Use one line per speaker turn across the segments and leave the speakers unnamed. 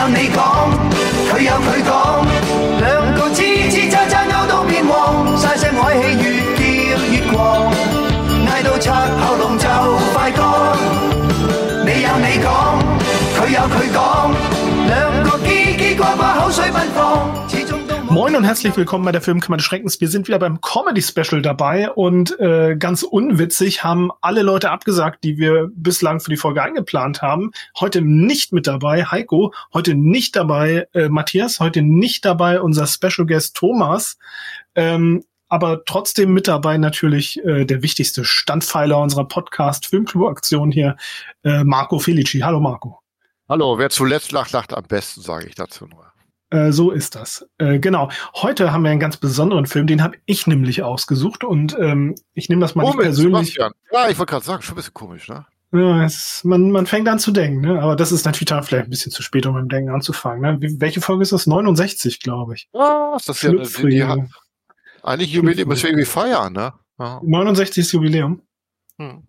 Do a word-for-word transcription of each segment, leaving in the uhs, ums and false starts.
有你講，佢有佢講，兩個吱吱喳喳勾到變黃，晒聲海氣越叫越狂，嗌到拆喉嚨就快乾。你有你講，佢有佢講，兩個嘰嘰呱呱口水奔放，始終都。
Moin und herzlich willkommen bei der Filmkammer des Schreckens. Wir sind wieder beim Comedy-Special dabei und äh, ganz unwitzig haben alle Leute abgesagt, die wir bislang für die Folge eingeplant haben. Heute nicht mit dabei Heiko, heute nicht dabei äh, Matthias, heute nicht dabei unser Special Guest Thomas, ähm, aber trotzdem mit dabei natürlich äh, der wichtigste Standpfeiler unserer Podcast-Filmclub-Aktion hier, äh, Marco Felici. Hallo Marco.
Hallo, wer zuletzt lacht, lacht am besten, sage ich dazu nur.
So ist das. Äh, genau. Heute haben wir einen ganz besonderen Film, den habe ich nämlich ausgesucht und ähm, ich nehme das mal
Komisch,
nicht persönlich.
Sebastian. Ja, ich wollte gerade sagen, schon ein bisschen komisch, ne?
Ja, es, man, man fängt an zu denken, ne? Aber das ist natürlich dann vielleicht ein bisschen zu spät, um mit dem Denken anzufangen. Ne? Wie, welche Folge ist das? neunundsechzig, glaube ich.
Ja, das ist ja eine, die, die hat eigentlich Jubiläum, müssen wir irgendwie feiern, ne? Ja.
neunundsechzigstes Jubiläum.
Hm.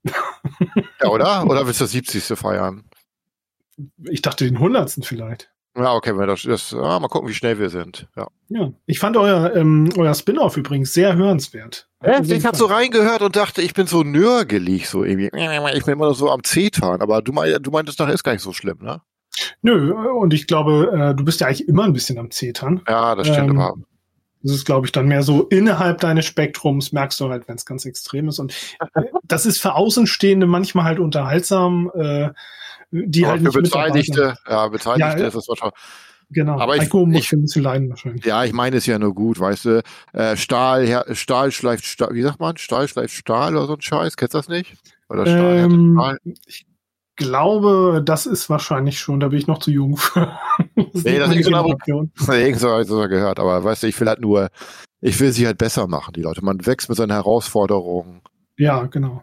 Ja, oder? Oder willst du das siebzigste feiern?
Ich dachte den hundertsten vielleicht.
Ja, okay, das, das, ja, mal gucken, wie schnell wir sind. Ja,
ja ich fand euer, ähm, euer Spin-off übrigens sehr hörenswert.
Ja, ich habe so reingehört und dachte, ich bin so nörgelig, so irgendwie. Ich bin immer so am Zetern, aber du, mein, du meintest, nachher ist gar nicht so schlimm, ne?
Nö, und ich glaube, äh, du bist ja eigentlich immer ein bisschen am Zetern.
Ja, das stimmt
ähm,
aber.
Das ist, glaube ich, dann mehr so innerhalb deines Spektrums, merkst du halt, wenn es ganz extrem ist. Und äh, das ist für Außenstehende manchmal halt unterhaltsam, äh, die
aber
halt
für
nicht
Beteiligte, ja, Beteiligte
ja,
ist das wahrscheinlich.
Genau,
aber ich,
Heiko muss
ich,
ein bisschen leiden wahrscheinlich.
Ja, ich meine es ja nur gut, weißt du, äh, Stahl, her, Stahl schleift Stahl, wie sagt man, Stahl schleift Stahl oder so ein Scheiß, kennst du das nicht? Oder Stahl,
ähm,
Stahl?
Ich glaube, das ist wahrscheinlich schon, da bin ich noch zu jung für.
Das nee, das ist irgend so, so gehört, aber weißt du, ich will halt nur, ich will sie halt besser machen, die Leute, man wächst mit seinen Herausforderungen.
Ja, genau.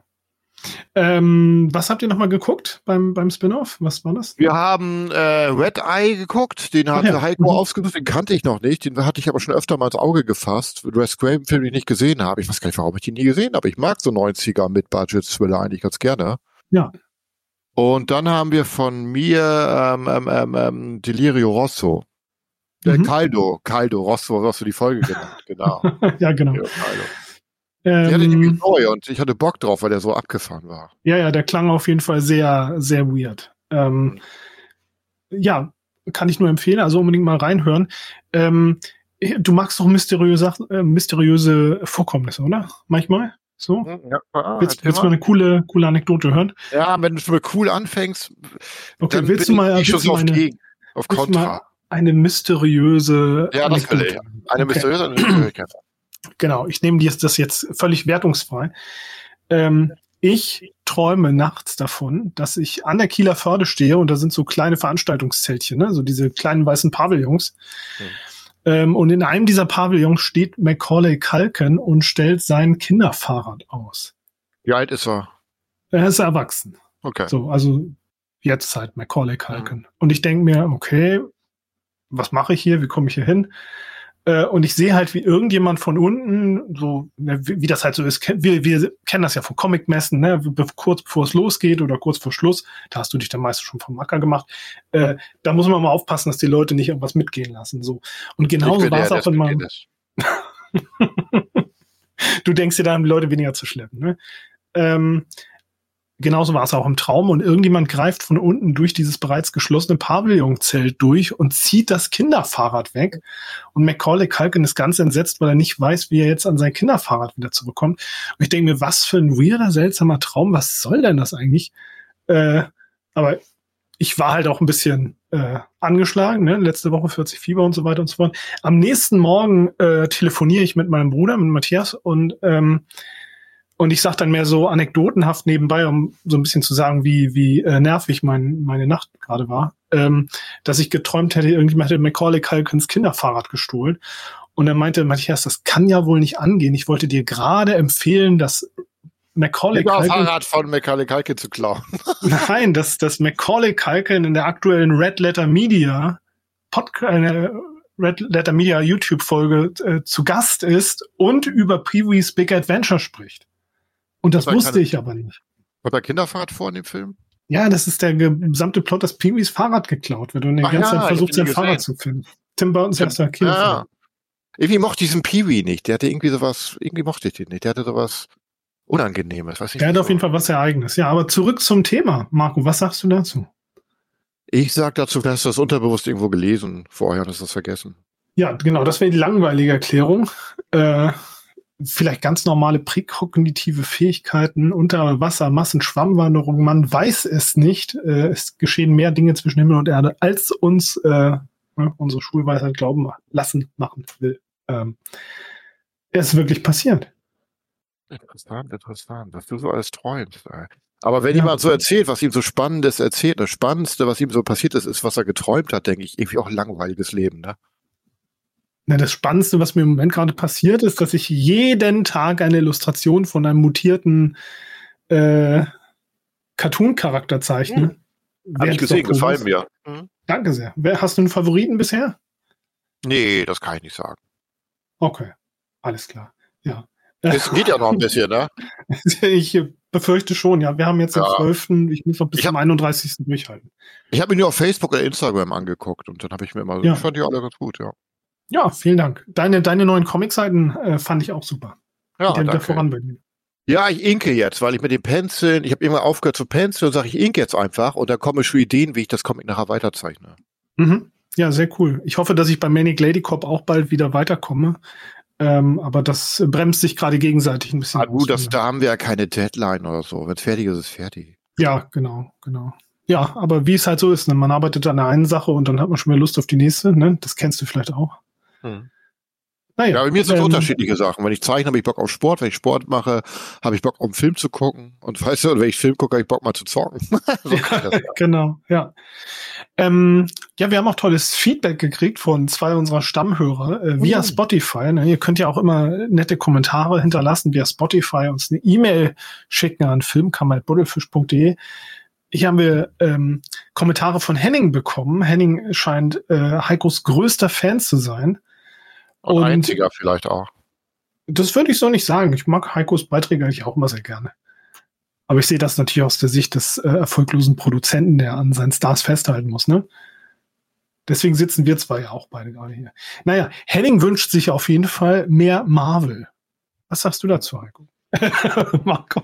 Ähm, was habt ihr nochmal geguckt beim, beim Spin-Off? Was war das?
Wir haben äh, Red Eye geguckt, den hat ja. Heiko mhm. ausgesucht, den kannte ich noch nicht, den hatte ich aber schon öfter mal ins Auge gefasst. Wes Craven-Film, den ich nicht gesehen habe. Ich weiß gar nicht, warum ich den nie gesehen habe. Ich mag so neunziger mit Budget-Thriller eigentlich ganz gerne.
Ja.
Und dann haben wir von mir ähm, ähm, ähm, Delirio Rosso. Der mhm. Caldo, Caldo, Rosso, Rosso, die Folge genannt, genau.
Ja, genau.
Ja, Ähm, die hatte die neu und ich hatte Bock drauf, weil der so abgefahren war.
Ja, ja, der klang auf jeden Fall sehr, sehr weird. Ähm, ja, kann ich nur empfehlen, also unbedingt mal reinhören. Ähm, du magst doch mysteriöse, äh, mysteriöse Vorkommnisse, oder? Manchmal? So?
Ja, ah,
willst willst du mal eine coole, coole Anekdote hören?
Ja, wenn du schon mal cool anfängst,
okay,
dann
willst
bin
du mal,
ich schon so auf gegen, auf Kontra.
Eine mysteriöse
Ja, das will ich. Eine
okay.
mysteriöse Anekdote.
Genau, ich nehme das jetzt völlig wertungsfrei. Ähm, ich träume nachts davon, dass ich an der Kieler Förde stehe und da sind so kleine Veranstaltungszeltchen, ne? So diese kleinen weißen Pavillons. Mhm. Ähm, und in einem dieser Pavillons steht Macaulay Culkin und stellt sein Kinderfahrrad aus.
Wie alt ist er?
Er ist erwachsen.
Okay.
So, also jetzt halt Macaulay Culkin. Mhm. Und ich denke mir, okay, was mache ich hier? Wie komme ich hier hin? Und ich sehe halt, wie irgendjemand von unten, so wie, wie das halt so ist, wir, wir kennen das ja von Comicmessen, ne? Kurz bevor es losgeht oder kurz vor Schluss, da hast du dich dann meistens schon vom Acker gemacht, äh, da muss man mal aufpassen, dass die Leute nicht irgendwas mitgehen lassen. So. Und genauso war es auch in meinem... Du denkst dir, da haben die Leute weniger zu schleppen. Ne? Ähm, genauso war es auch im Traum und irgendjemand greift von unten durch dieses bereits geschlossene Pavillonzelt durch und zieht das Kinderfahrrad weg. Und Macaulay Culkin ist ganz entsetzt, weil er nicht weiß, wie er jetzt an sein Kinderfahrrad wieder zurückkommt. Und ich denke mir, was für ein weirder, seltsamer Traum, was soll denn das eigentlich? Äh, aber ich war halt auch ein bisschen äh, angeschlagen, ne? Letzte Woche vierzig Fieber und so weiter und so fort. Am nächsten Morgen äh, telefoniere ich mit meinem Bruder, mit Matthias und ähm, Und ich sage dann mehr so anekdotenhaft nebenbei, um so ein bisschen zu sagen, wie wie äh, nervig mein, meine Nacht gerade war, ähm, dass ich geträumt hätte, irgendjemand hätte Macaulay Culkins Kinderfahrrad gestohlen. Und er meinte, Matthias, das kann ja wohl nicht angehen. Ich wollte dir gerade empfehlen, dass Macaulay Culkin...
Fahrrad von Macaulay Culkin zu klauen.
Nein, dass, dass Macaulay Culkin in der aktuellen Red Letter Media Podcast... Äh, Red Letter Media YouTube-Folge äh, zu Gast ist und über Pee-wee's Big Adventure spricht. Und das wusste ich aber nicht.
Hat er Kinderfahrrad vor in dem Film?
Ja, das ist der gesamte Plot, dass Pee-wees Fahrrad geklaut wird und die ganze
ja,
Zeit versucht,
ich hab
sein
ihn
Fahrrad
gesehen.
zu finden. Tim Burtons erster Kinofilm.
Ja. Irgendwie mochte ich diesen Pee-wee nicht. Der hatte irgendwie sowas, irgendwie mochte ich den nicht. Der hatte sowas Unangenehmes. Weiß nicht,
Der hat auf
wieso.
jeden Fall was Ereignis. Ja, aber zurück zum Thema. Marco, was sagst du dazu?
Ich sag dazu, du hast das unterbewusst irgendwo gelesen vorher und hast das vergessen.
Ja, genau, das wäre die langweilige Erklärung. Äh, vielleicht ganz normale präkognitive Fähigkeiten, unter Wasser, Massenschwammwanderung, man weiß es nicht. Äh, es geschehen mehr Dinge zwischen Himmel und Erde, als uns äh, unsere Schulweisheit glauben lassen machen will. Ähm, es ist wirklich passiert.
Interessant, interessant, dass du so alles träumst. Ey. Aber wenn
Ja.
jemand so erzählt, was ihm so Spannendes erzählt, das Spannendste, was ihm so passiert ist, ist, was er geträumt hat, denke ich, irgendwie auch ein langweiliges Leben, ne?
Na, das Spannendste, was mir im Moment gerade passiert, ist, dass ich jeden Tag eine Illustration von einem mutierten äh, Cartoon-Charakter zeichne.
Hm. Hab ich gesehen, gefallen mir. Hm?
Danke sehr. Wer, hast du einen Favoriten bisher?
Nee, das kann ich nicht sagen.
Okay, alles klar. Ja.
Es geht ja noch ein bisschen, ne?
Ich befürchte schon, ja. Wir haben jetzt den
Ja.
zwölften Ich muss noch bis
Ich hab-
zum einunddreißigsten durchhalten.
Ich habe mir nur auf Facebook oder Instagram angeguckt und dann habe ich mir mal,
Ja.
ich fand die alle ganz gut, ja.
Ja, vielen Dank. Deine, deine neuen Comicseiten äh, fand ich auch super.
Ja,
Geht ja wieder
danke.
voran bei dir.
Ja, ich inke jetzt, weil ich mit den Penciln, ich habe irgendwann aufgehört zu penciln und sage, ich inke jetzt einfach und dann kommen schon Ideen, wie ich das Comic nachher weiterzeichne.
Mhm. Ja, sehr cool. Ich hoffe, dass ich bei Manic Lady Cop auch bald wieder weiterkomme. Ähm, aber das bremst sich gerade gegenseitig ein bisschen
Ah, gut,
aus.
das, da haben wir ja keine Deadline oder so. Wenn es fertig ist, ist es fertig.
Ja, genau, genau. Ja, aber wie es halt so ist, ne? Man arbeitet an der einen Sache und dann hat man schon mehr Lust auf die nächste. Ne? Das kennst du vielleicht auch.
Hm.
Naja,
Ja, bei mir sind es
ähm,
unterschiedliche Sachen. Wenn ich zeichne, habe ich Bock auf Sport. Wenn ich Sport mache, habe ich Bock, um einen Film zu gucken. Und weißt du, wenn ich Film gucke, habe ich Bock, mal zu zocken. So kann ich das sagen.
Genau, ja. Ähm, ja, wir haben auch tolles Feedback gekriegt von zwei unserer Stammhörer äh, via
Mhm.
Spotify. Ne? Ihr könnt ja auch immer nette Kommentare hinterlassen via Spotify, uns eine E-Mail schicken an filmkammer at buddelfisch punkt de. Hier haben wir ähm, Kommentare von Henning bekommen. Henning scheint äh, Heikos größter Fan zu sein.
Und,
Und-
einziger vielleicht auch.
Das würde ich so nicht sagen. Ich mag Heikos Beiträge eigentlich auch immer sehr gerne. Aber ich sehe das natürlich aus der Sicht des äh, erfolglosen Produzenten, der an seinen Stars festhalten muss, ne? Deswegen sitzen wir zwei ja auch beide gerade hier. Naja, Henning wünscht sich auf jeden Fall mehr Marvel. Was sagst du dazu, Heiko? Marco.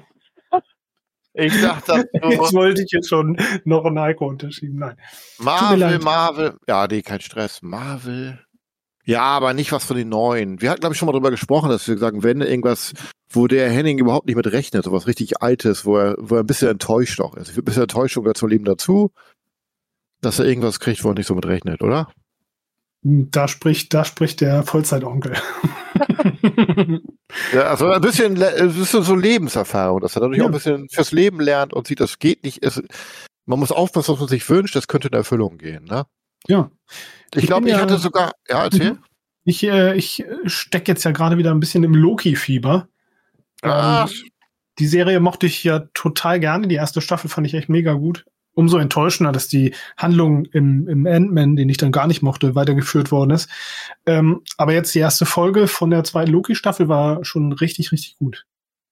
Ich sag dazu,
Jetzt wollte ich jetzt schon noch einen Heiko unterschieben. Nein. Tut mir
Marvel,
leid.
Marvel. Ja, nee, kein Stress. Marvel. Ja, aber nicht was von den neuen. Wir hatten, glaube ich, schon mal drüber gesprochen, dass wir sagen, wenn irgendwas, wo der Henning überhaupt nicht mit rechnet, sowas richtig Altes, wo er, wo er ein bisschen enttäuscht auch ist. Ich finde, ein bisschen Enttäuschung gehört zum Leben dazu, dass er irgendwas kriegt, wo er nicht so mit rechnet, oder?
Da spricht, da spricht der Vollzeitonkel.
Ja, also ein bisschen, le- es ist so Lebenserfahrung, dass er dadurch
Ja.
auch ein bisschen fürs Leben lernt und sieht, das geht nicht. Es, man muss aufpassen, was man sich wünscht, das könnte in Erfüllung gehen, ne?
Ja.
Ich
Ich
glaube,
bin
ich
ja-
hatte sogar, ja, erzähl.
Ich, äh, ich stecke jetzt ja gerade wieder ein bisschen im Loki-Fieber.
Ah,
Ähm, die Serie mochte ich ja total gerne. Die erste Staffel fand ich echt mega gut. Umso enttäuschender, dass die Handlung im, im Ant-Man, den ich dann gar nicht mochte, weitergeführt worden ist. Ähm, aber jetzt die erste Folge von der zweiten Loki-Staffel war schon richtig, richtig gut.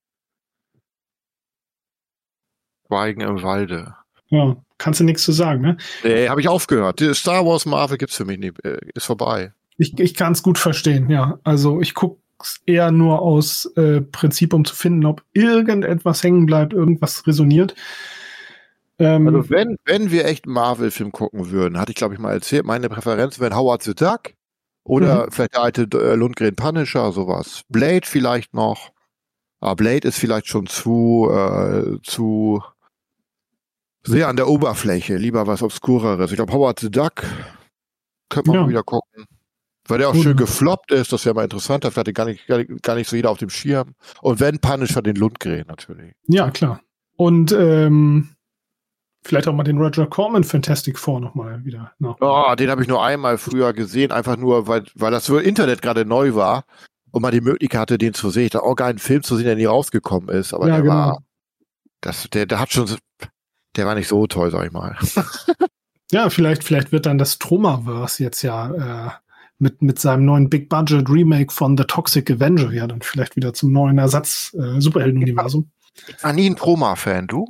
Schweigen im Walde.
Ja, kannst du nichts zu sagen, ne?
Nee, habe ich aufgehört. Die Star Wars Marvel gibt's für mich nicht. äh, Ist vorbei.
Ich, ich kann es gut verstehen, ja. Also ich gucke es eher nur aus äh, Prinzip, um zu finden, ob irgendetwas hängen bleibt, irgendwas resoniert. Ähm,
Also wenn, wenn wir echt einen Marvel-Film gucken würden, hatte ich, glaube ich, mal erzählt, meine Präferenz wären Howard the Duck oder
Mhm.
vielleicht der alte äh, Lundgren Punisher, sowas. Blade vielleicht noch. Aber Blade ist vielleicht schon zu, äh, zu sehr an der Oberfläche. Lieber was Obskureres. Ich glaube, Howard the Duck könnte man
Ja.
mal wieder gucken. Weil der auch
Gut.
schön gefloppt ist, das wäre mal interessanter. Vielleicht hat gar nicht, gar nicht, gar nicht so jeder auf dem Schirm. Und wenn Punisher, den Lundgren natürlich.
Ja, klar. Und ähm, vielleicht auch mal den Roger Corman Fantastic Four nochmal wieder nach.
Oh, den habe ich nur einmal früher gesehen, einfach nur, weil, weil das so Internet gerade neu war und man die Möglichkeit hatte, den zu sehen. Ich dachte, oh, geil, einen Film zu sehen, der nie rausgekommen ist. Aber
Ja,
der
genau.
war, das, der, der hat schon, so- der war nicht so toll, sag ich mal.
Ja, vielleicht, vielleicht wird dann das Tromaverse jetzt ja äh, mit, mit seinem neuen Big Budget Remake von The Toxic Avenger ja dann vielleicht wieder zum neuen Ersatz äh, Superhelden-Universum.
Ich war nie ein Troma-Fan, du?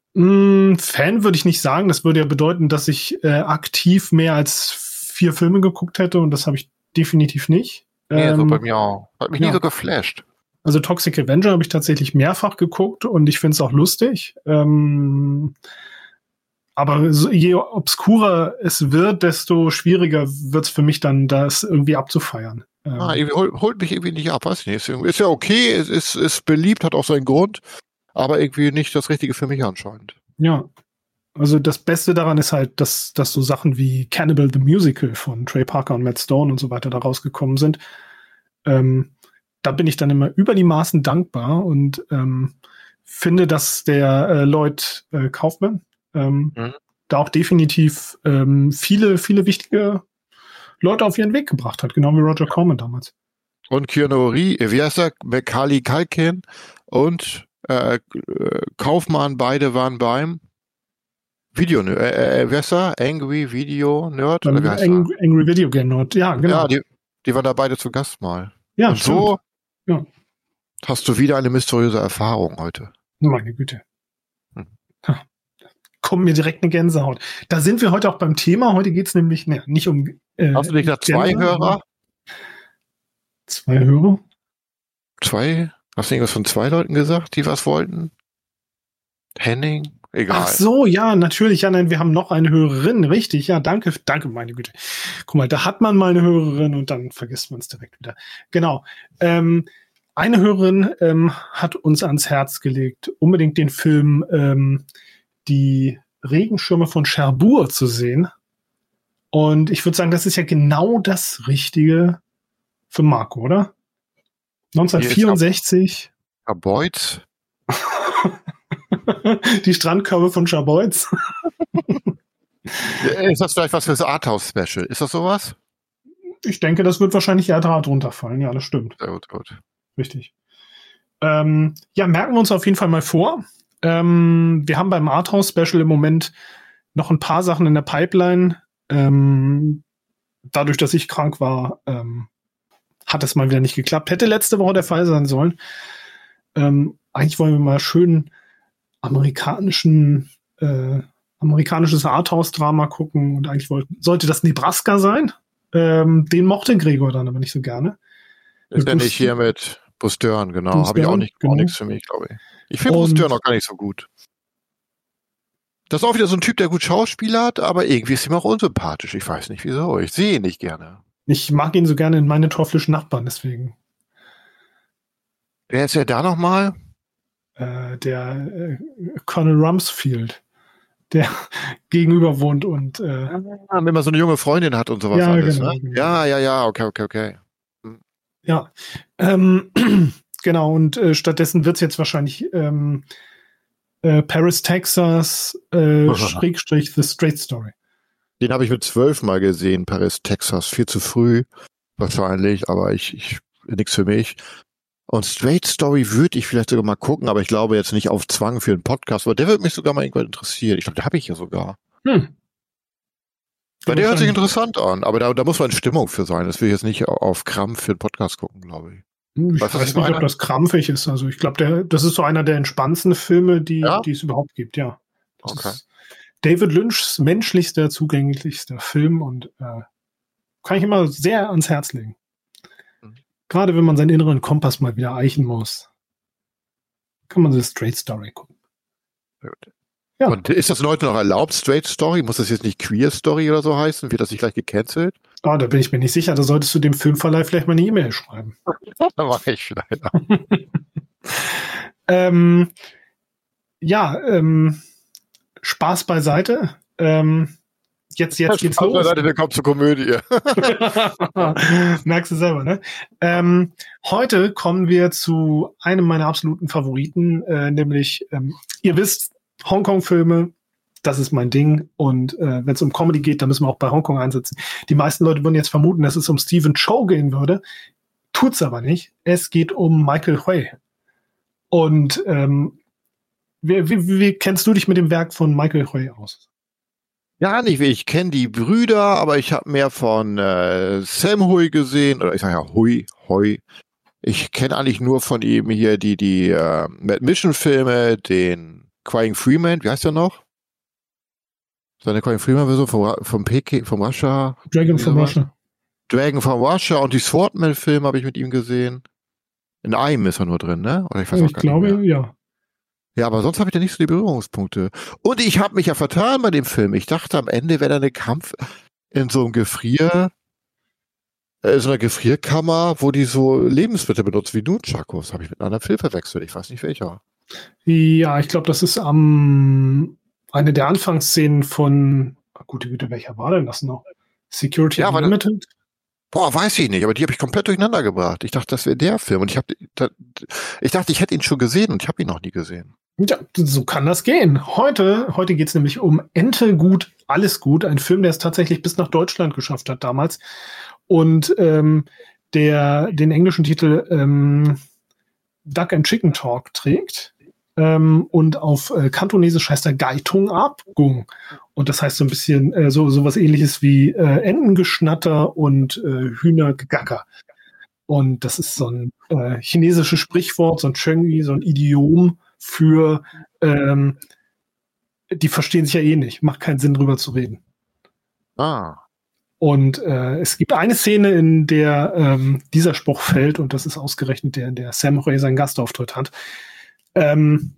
Mm, Fan würde ich nicht sagen. Das würde ja bedeuten, dass ich äh, aktiv mehr als vier Filme geguckt hätte und das habe ich definitiv nicht.
Nee,
ähm,
so bei mir auch. Hat mich
ja.
nie so geflasht.
Also Toxic Avenger habe ich tatsächlich mehrfach geguckt und ich finde es auch lustig. Ähm, aber so, je obskurer es wird, desto schwieriger wird es für mich dann, das irgendwie abzufeiern. Ähm,
Ah, irgendwie holt, holt mich irgendwie nicht ab, weiß nicht. Ist, irgendwie- ist ja okay, es ist, ist beliebt, hat auch seinen Grund, aber irgendwie nicht das Richtige für mich anscheinend.
Ja. Also das Beste daran ist halt, dass, dass so Sachen wie Cannibal the Musical von Trey Parker und Matt Stone und so weiter da rausgekommen sind. Ähm, da bin ich dann immer über die Maßen dankbar und ähm, finde, dass der äh, Lloyd äh, Kaufman ähm,
Mhm.
da auch definitiv ähm, viele, viele wichtige Leute auf ihren Weg gebracht hat, genau wie Roger Corman damals.
Und Keanu Reeves, wie heißt er? Macaulay Culkin und äh, äh, Kaufmann, beide waren beim Video, äh, äh, wie heißt er? Angry Video Nerd?
Beim
Oder wie heißt er?
Angry, Angry Video Game Nerd, ja, genau.
Ja, die, die waren da beide zu Gast mal.
Ja,
und so
Ja.
hast du wieder eine mysteriöse Erfahrung heute.
Meine Güte.
Hm.
Ha. Kommt mir direkt eine Gänsehaut. Da sind wir heute auch beim Thema. Heute geht es nämlich ne, nicht um äh,
Hast du nicht nach zwei
Gender,
Hörer?
Zwei Hörer?
Zwei? Hast du irgendwas von zwei Leuten gesagt, die was wollten? Henning? Egal.
Ach so, ja, natürlich. Ja, nein, wir haben noch eine Hörerin. Richtig, ja, danke, danke, meine Güte. Guck mal, da hat man mal eine Hörerin und dann vergisst man es direkt wieder. Genau. Ähm, eine Hörerin ähm, hat uns ans Herz gelegt, unbedingt den Film ähm, Die Regenschirme von Cherbourg zu sehen. Und ich würde sagen, das ist ja genau das Richtige für Marco, oder? neunzehnhundertvierundsechzig.
Boyd?
Die Strandkörbe von Scharbeutz.
Ist das vielleicht was für das Arthouse-Special? Ist das sowas?
Ich denke, das wird wahrscheinlich eher drunter fallen. Ja, das stimmt.
Sehr gut, gut.
Richtig. Ähm, ja, merken wir uns auf jeden Fall mal vor. Ähm, wir haben beim Arthouse-Special im Moment noch ein paar Sachen in der Pipeline. Ähm, dadurch, dass ich krank war, ähm, hat es mal wieder nicht geklappt. Hätte letzte Woche der Fall sein sollen. Ähm, eigentlich wollen wir mal schön amerikanischen äh, amerikanisches Arthouse-Drama gucken und eigentlich wollte, sollte das Nebraska sein. Ähm, den mochte Gregor dann aber nicht so gerne.
Ist ja
Bruce-
nicht hier mit Bruce Dern, genau.
Bruce
Habe ich auch
Dern,
nicht,
genau.
auch nichts für mich, glaube ich. Ich finde Bruce
Und-
Dern auch gar nicht so gut. Das ist auch wieder so ein Typ, der gut schauspielert, aber irgendwie ist ihm auch unsympathisch. Ich weiß nicht wieso. Ich sehe ihn nicht gerne.
Ich mag ihn so gerne in meine teuflischen Nachbarn, deswegen.
Wer ist ja da nochmal?
Äh, der äh, Colonel Rumsfeld, der gegenüber wohnt und äh,
Ah, wenn man so eine junge Freundin hat und sowas
Ja,
alles.
genau,
Ne?
genau.
Ja, ja, ja, okay, okay, okay.
ja. Ähm, genau, und äh, stattdessen wird es jetzt wahrscheinlich ähm, äh, Paris, Texas, äh, Schrägstrich The Straight Story.
Den habe ich mit zwölf Mal gesehen, Paris, Texas. Viel zu früh, wahrscheinlich, aber ich, ich nichts für mich. Und Straight Story würde ich vielleicht sogar mal gucken, aber ich glaube jetzt nicht auf Zwang für einen Podcast, aber der würde mich sogar mal irgendwann interessieren. Ich glaube, den habe ich ja sogar.
Hm.
Weil der hört sich
Wahrscheinlich.
interessant an, aber da, da muss man in Stimmung für sein. Das will ich jetzt nicht auf Krampf für einen Podcast gucken, glaube ich.
Hm, Ich
Weißt du, was
weiß
ich
nicht, ob
meine?
das krampfig ist. Also ich glaube, der, das ist so einer der entspannendsten Filme, die,
Ja?
die es überhaupt gibt, ja. Das
Okay.
ist David Lynchs menschlichster, zugänglichster Film und äh, kann ich immer sehr ans Herz legen.
Mhm.
Gerade wenn man seinen inneren Kompass mal wieder eichen muss, kann man so Straight Story gucken.
Sehr gut.
Ja.
Und ist das Leute noch erlaubt, Straight Story? Muss das jetzt nicht Queer Story oder so heißen? Wird das nicht gleich gecancelt?
Ah, da bin ich mir nicht sicher. Da solltest du dem Filmverleih vielleicht mal eine E-Mail schreiben.
Da mache ich vielleicht.
ähm, ja, ähm, Spaß beiseite. Ähm, jetzt, jetzt geht's los.
Seite, willkommen zur Komödie.
Merkst du selber, ne? Ähm, heute kommen wir zu einem meiner absoluten Favoriten, äh, nämlich, ähm, ihr wisst, Hongkong-Filme, das ist mein Ding. Und äh, wenn es um Comedy geht, dann müssen wir auch bei Hongkong einsetzen. Die meisten Leute würden jetzt vermuten, dass es um Stephen Chow gehen würde. Tut's aber nicht. Es geht um Michael Hui. Und ähm, wie, wie, wie kennst du dich mit dem Werk von Michael Hui aus?
Ja, nicht wie ich kenne die Brüder, aber ich habe mehr von äh, Sam Hui gesehen, oder ich sage ja Hui, Hui. Ich kenne eigentlich nur von ihm hier die die äh, Mad Mission Filme, den Crying Freeman, wie heißt der noch? Seine Crying Freeman-Version vom, vom Peking, vom Russia.
Dragon from Russia.
Dragon from Russia und die Swordman-Filme habe ich mit ihm gesehen. In einem ist er nur drin, ne? Oder ich weiß auch
Ich
gar
glaube,
nicht mehr.
ja.
Ja, aber sonst habe ich da nicht so die Berührungspunkte. Und ich habe mich ja vertan bei dem Film. Ich dachte, am Ende wäre da eine Kampf in so einem Gefrier, äh, so einer Gefrierkammer, wo die so Lebensmittel benutzen wie Nunchakos. Habe ich mit einem anderen Film verwechselt. Ich weiß nicht welcher.
Ja, ich glaube, das ist am eine der Anfangsszenen von, gute Güte, welcher war denn das noch? Security
Ja, aber
Unlimited?
Boah, weiß ich nicht, aber die habe ich komplett durcheinander gebracht. Ich dachte, das wäre der Film. Und ich habe, ich dachte, ich hätte ihn schon gesehen und ich habe ihn noch nie gesehen.
Ja, so kann das gehen. Heute, heute geht es nämlich um Ente gut, alles gut. Ein Film, der es tatsächlich bis nach Deutschland geschafft hat damals. Und ähm, der den englischen Titel ähm, Duck and Chicken Talk trägt. Ähm, und auf äh, Kantonesisch heißt er Gaitung Abgung. Und das heißt so ein bisschen äh, so sowas ähnliches wie äh, Entengeschnatter und äh, Hühnergegacker. Und das ist so ein äh, chinesisches Sprichwort, so ein Chengyi, so ein Idiom für ähm, die verstehen sich ja eh nicht. Macht keinen Sinn, drüber zu reden.
Ah.
Und äh, es gibt eine Szene, in der ähm, dieser Spruch fällt, und das ist ausgerechnet der, in der Sam Ray seinen Gastauftritt hat. Ähm,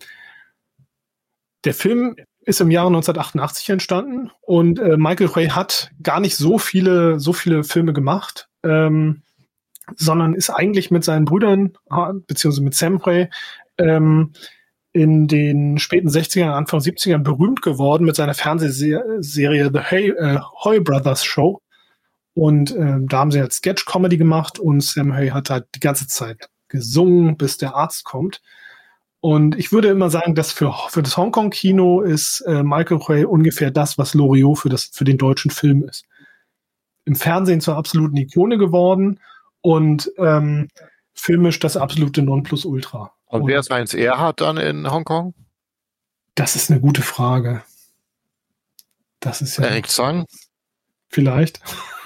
der Film ist im Jahre neunzehnhundertachtundachtzig entstanden und äh, Michael Ray hat gar nicht so viele, so viele Filme gemacht, ähm, sondern ist eigentlich mit seinen Brüdern, beziehungsweise mit Sam Ray, ähm, in den späten sechzigern, Anfang siebzigern berühmt geworden mit seiner Fernsehserie The Hey, äh, Hoy Brothers Show. Und ähm, da haben sie halt Sketch-Comedy gemacht und Sam Ray hat halt die ganze Zeit gesungen, bis der Arzt kommt. Und ich würde immer sagen, dass für, für das Hongkong-Kino ist äh, Michael Ray ungefähr das, was Loriot für, das, für den deutschen Film ist. Im Fernsehen zur absoluten Ikone geworden und ähm, filmisch das absolute Nonplusultra.
Und, und wer ist Heinz Erhardt dann in Hongkong?
Das ist eine gute Frage. Das ist ja...
Eric Tsang?
Vielleicht.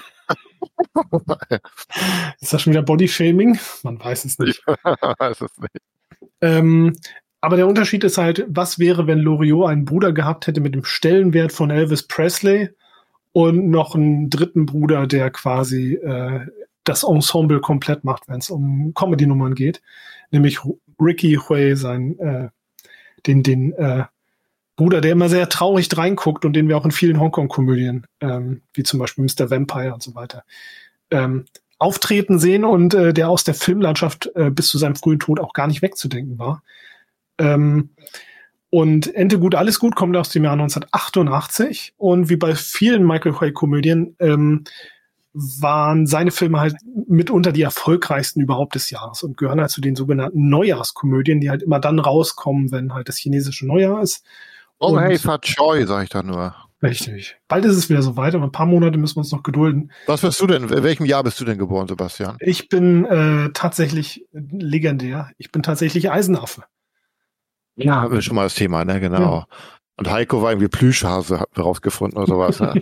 Ist das schon wieder Bodyshaming? Man weiß es nicht.
Ich weiß es nicht.
Ähm, aber der Unterschied ist halt, was wäre, wenn Loriot einen Bruder gehabt hätte mit dem Stellenwert von Elvis Presley und noch einen dritten Bruder, der quasi äh, das Ensemble komplett macht, wenn es um Comedy-Nummern geht. Nämlich Ricky Hui, sein, äh, den, den äh, Bruder, der immer sehr traurig reinguckt und den wir auch in vielen Hongkong-Komödien, ähm, wie zum Beispiel Mister Vampire und so weiter, ähm, auftreten sehen und äh, der aus der Filmlandschaft äh, bis zu seinem frühen Tod auch gar nicht wegzudenken war. Ähm, und Ente gut, alles gut kommt aus dem Jahr neunzehnhundertachtundachtzig und wie bei vielen Michael Ray-Komödien ähm, waren seine Filme halt mitunter die erfolgreichsten überhaupt des Jahres und gehören halt zu den sogenannten Neujahrskomödien, die halt immer dann rauskommen, wenn halt das chinesische Neujahr ist.
Oh,
und
hey, Fat Choi, sag ich da nur.
Richtig. Bald ist es wieder soweit, aber ein paar Monate müssen wir uns noch gedulden.
Was bist du denn? In welchem Jahr bist du denn geboren, Sebastian?
Ich bin äh, tatsächlich legendär. Ich bin tatsächlich Eisenaffe.
Ja, haben wir schon mal das Thema, ne? Genau. Ja. Und Heiko war irgendwie Plüschhase, hat wir rausgefunden oder sowas, ne?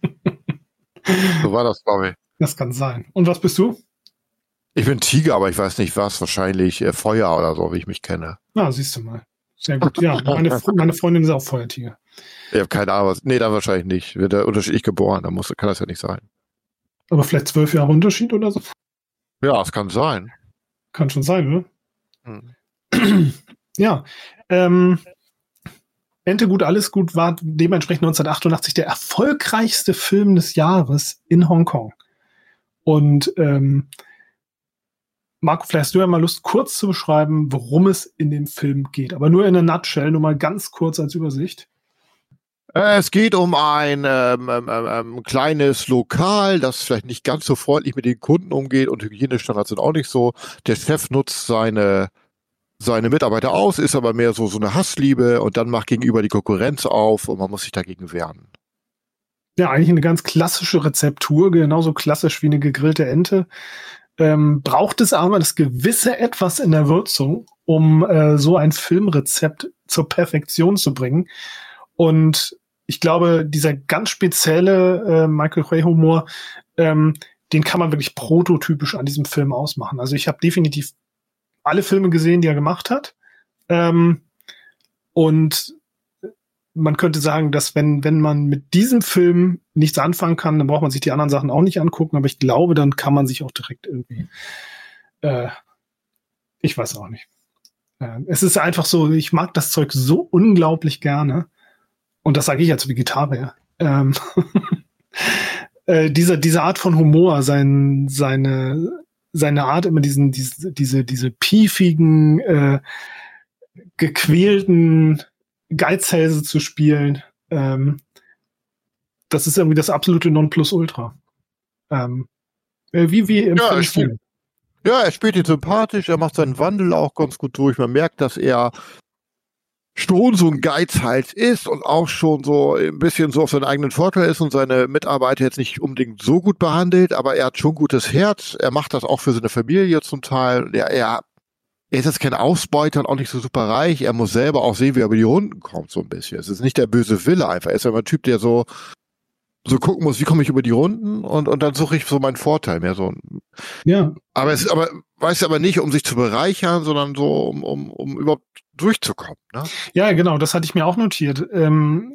So war das, glaube ich.
Das kann sein. Und was bist du?
Ich bin Tiger, aber ich weiß nicht was. Wahrscheinlich äh, Feuer oder so, wie ich mich kenne.
Na, siehst du mal. Sehr gut. Ja, meine, meine Freundin ist auch Feuertiger.
Ich habe keine Ahnung. Was, nee, dann wahrscheinlich nicht. Wird er unterschiedlich geboren, dann muss, kann das ja nicht sein.
Aber vielleicht zwölf Jahre Unterschied oder so?
Ja, es kann sein.
Kann schon sein, oder?
Hm.
Ja. Ähm, Ente gut, alles gut war dementsprechend neunzehnhundertachtundachtzig der erfolgreichste Film des Jahres in Hongkong. Und ähm, Marco, vielleicht hast du ja mal Lust, kurz zu beschreiben, worum es in dem Film geht. Aber nur in einer Nutshell, nur mal ganz kurz als Übersicht.
Es geht um ein ähm, ähm, ähm, kleines Lokal, das vielleicht nicht ganz so freundlich mit den Kunden umgeht und Hygienestandards sind auch nicht so. Der Chef nutzt seine seine Mitarbeiter aus, ist aber mehr so so eine Hassliebe und dann macht gegenüber die Konkurrenz auf und man muss sich dagegen wehren.
Ja, eigentlich eine ganz klassische Rezeptur, genauso klassisch wie eine gegrillte Ente. Ähm, braucht es aber das gewisse Etwas in der Würzung, um äh, so ein Filmrezept zur Perfektion zu bringen. Und ich glaube, dieser ganz spezielle äh, Michael Ray-Humor, ähm, den kann man wirklich prototypisch an diesem Film ausmachen. Also ich habe definitiv alle Filme gesehen, die er gemacht hat. Ähm, und man könnte sagen, dass wenn, wenn man mit diesem Film nichts anfangen kann, dann braucht man sich die anderen Sachen auch nicht angucken, aber ich glaube, dann kann man sich auch direkt irgendwie, äh, ich weiß auch nicht. Äh, es ist einfach so, ich mag das Zeug so unglaublich gerne. Und das sage ich als Vegetarier. Ähm, äh, diese, diese Art von Humor, sein, seine, seine Art, immer diesen, diese, diese, diese piefigen, äh, gequälten Geizhälse zu spielen, ähm, das ist irgendwie das absolute Nonplusultra. Ähm, äh, wie, wie im
Ja, er
Film.
spielt, ja, er spielt ihn sympathisch, er macht seinen Wandel auch ganz gut durch. Man merkt, dass er schon so ein Geizhals ist und auch schon so ein bisschen so auf seinen eigenen Vorteil ist und seine Mitarbeiter jetzt nicht unbedingt so gut behandelt, aber er hat schon gutes Herz. Er macht das auch für seine Familie zum Teil. Er, er, er ist jetzt kein Ausbeuter und auch nicht so super reich. Er muss selber auch sehen, wie er über die Runden kommt, so ein bisschen. Es ist nicht der böse Wille einfach. Er ist immer ein Typ, der so so gucken muss, wie komme ich über die Runden und, und dann suche ich so meinen Vorteil mehr so.
Ja.
Aber es ist aber, weiß aber nicht, um sich zu bereichern, sondern so, um, um, um überhaupt durchzukommen, ne?
Ja, genau, das hatte ich mir auch notiert. Ähm,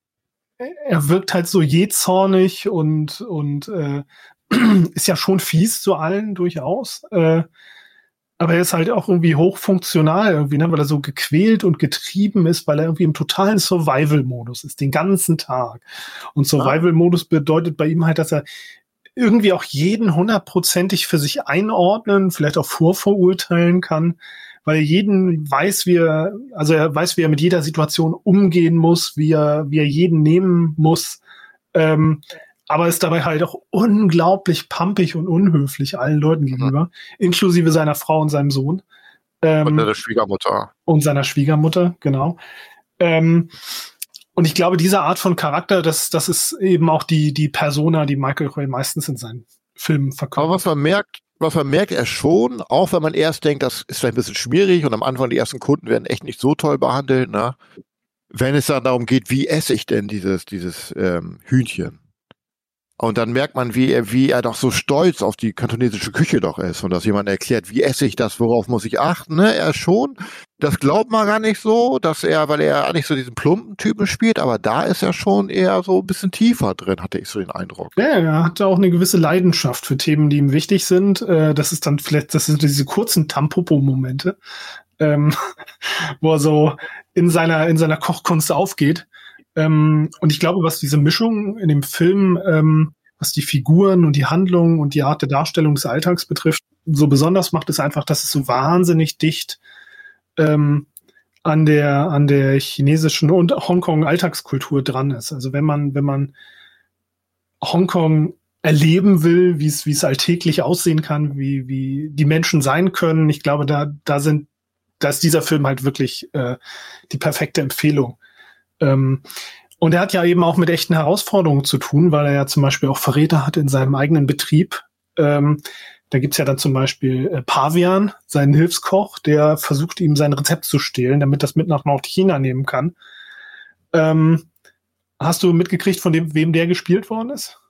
er wirkt halt so jähzornig und, und äh, ist ja schon fies zu allen durchaus. Äh, aber er ist halt auch irgendwie hochfunktional irgendwie, ne, weil er so gequält und getrieben ist, weil er irgendwie im totalen Survival-Modus ist, den ganzen Tag. Und Survival-Modus bedeutet bei ihm halt, dass er irgendwie auch jeden hundertprozentig für sich einordnen, vielleicht auch vorverurteilen kann, weil er jeden weiß, wie er, also er weiß, wie er mit jeder Situation umgehen muss, wie er, wie er jeden nehmen muss, ähm, aber ist dabei halt auch unglaublich pampig und unhöflich allen Leuten gegenüber, mhm. inklusive seiner Frau und seinem Sohn. Ähm,
und seiner Schwiegermutter.
Und seiner Schwiegermutter, genau. Ähm, und ich glaube, diese Art von Charakter, das, das ist eben auch die, die Persona, die Michael Bay meistens in seinen Filmen verkörpert.
Aber was man merkt, was man merkt er schon, auch wenn man erst denkt, das ist vielleicht ein bisschen schwierig und am Anfang die ersten Kunden werden echt nicht so toll behandelt, ne? Wenn es dann darum geht, wie esse ich denn dieses, dieses ähm, Hühnchen? Und dann merkt man, wie er, wie er doch so stolz auf die kantonesische Küche doch ist und dass jemand erklärt, wie esse ich das, worauf muss ich achten, ne? Er schon, das glaubt man gar nicht so, dass er, weil er nicht so diesen plumpen Typen spielt, aber da ist er schon eher so ein bisschen tiefer drin, hatte ich so den Eindruck.
Ja, er hat auch eine gewisse Leidenschaft für Themen, die ihm wichtig sind. Das ist dann vielleicht, das sind diese kurzen Tampopo-Momente, ähm, wo er so in seiner, in seiner Kochkunst aufgeht. Ähm, und ich glaube, was diese Mischung in dem Film, ähm, was die Figuren und die Handlung und die Art der Darstellung des Alltags betrifft, so besonders macht, ist einfach, dass es so wahnsinnig dicht ähm, an der an der chinesischen und Hongkong-Alltagskultur dran ist. Also wenn man wenn man Hongkong erleben will, wie es wie es alltäglich aussehen kann, wie wie die Menschen sein können, ich glaube, da da sind da ist dieser Film halt wirklich äh, die perfekte Empfehlung. Ähm, und er hat ja eben auch mit echten Herausforderungen zu tun, weil er ja zum Beispiel auch Verräter hat in seinem eigenen Betrieb. Ähm, da gibt's ja dann zum Beispiel äh, Pavian, seinen Hilfskoch, der versucht, ihm sein Rezept zu stehlen, damit das mit nach Nordchina nehmen kann. Ähm, hast du mitgekriegt, von dem, wem der gespielt worden ist?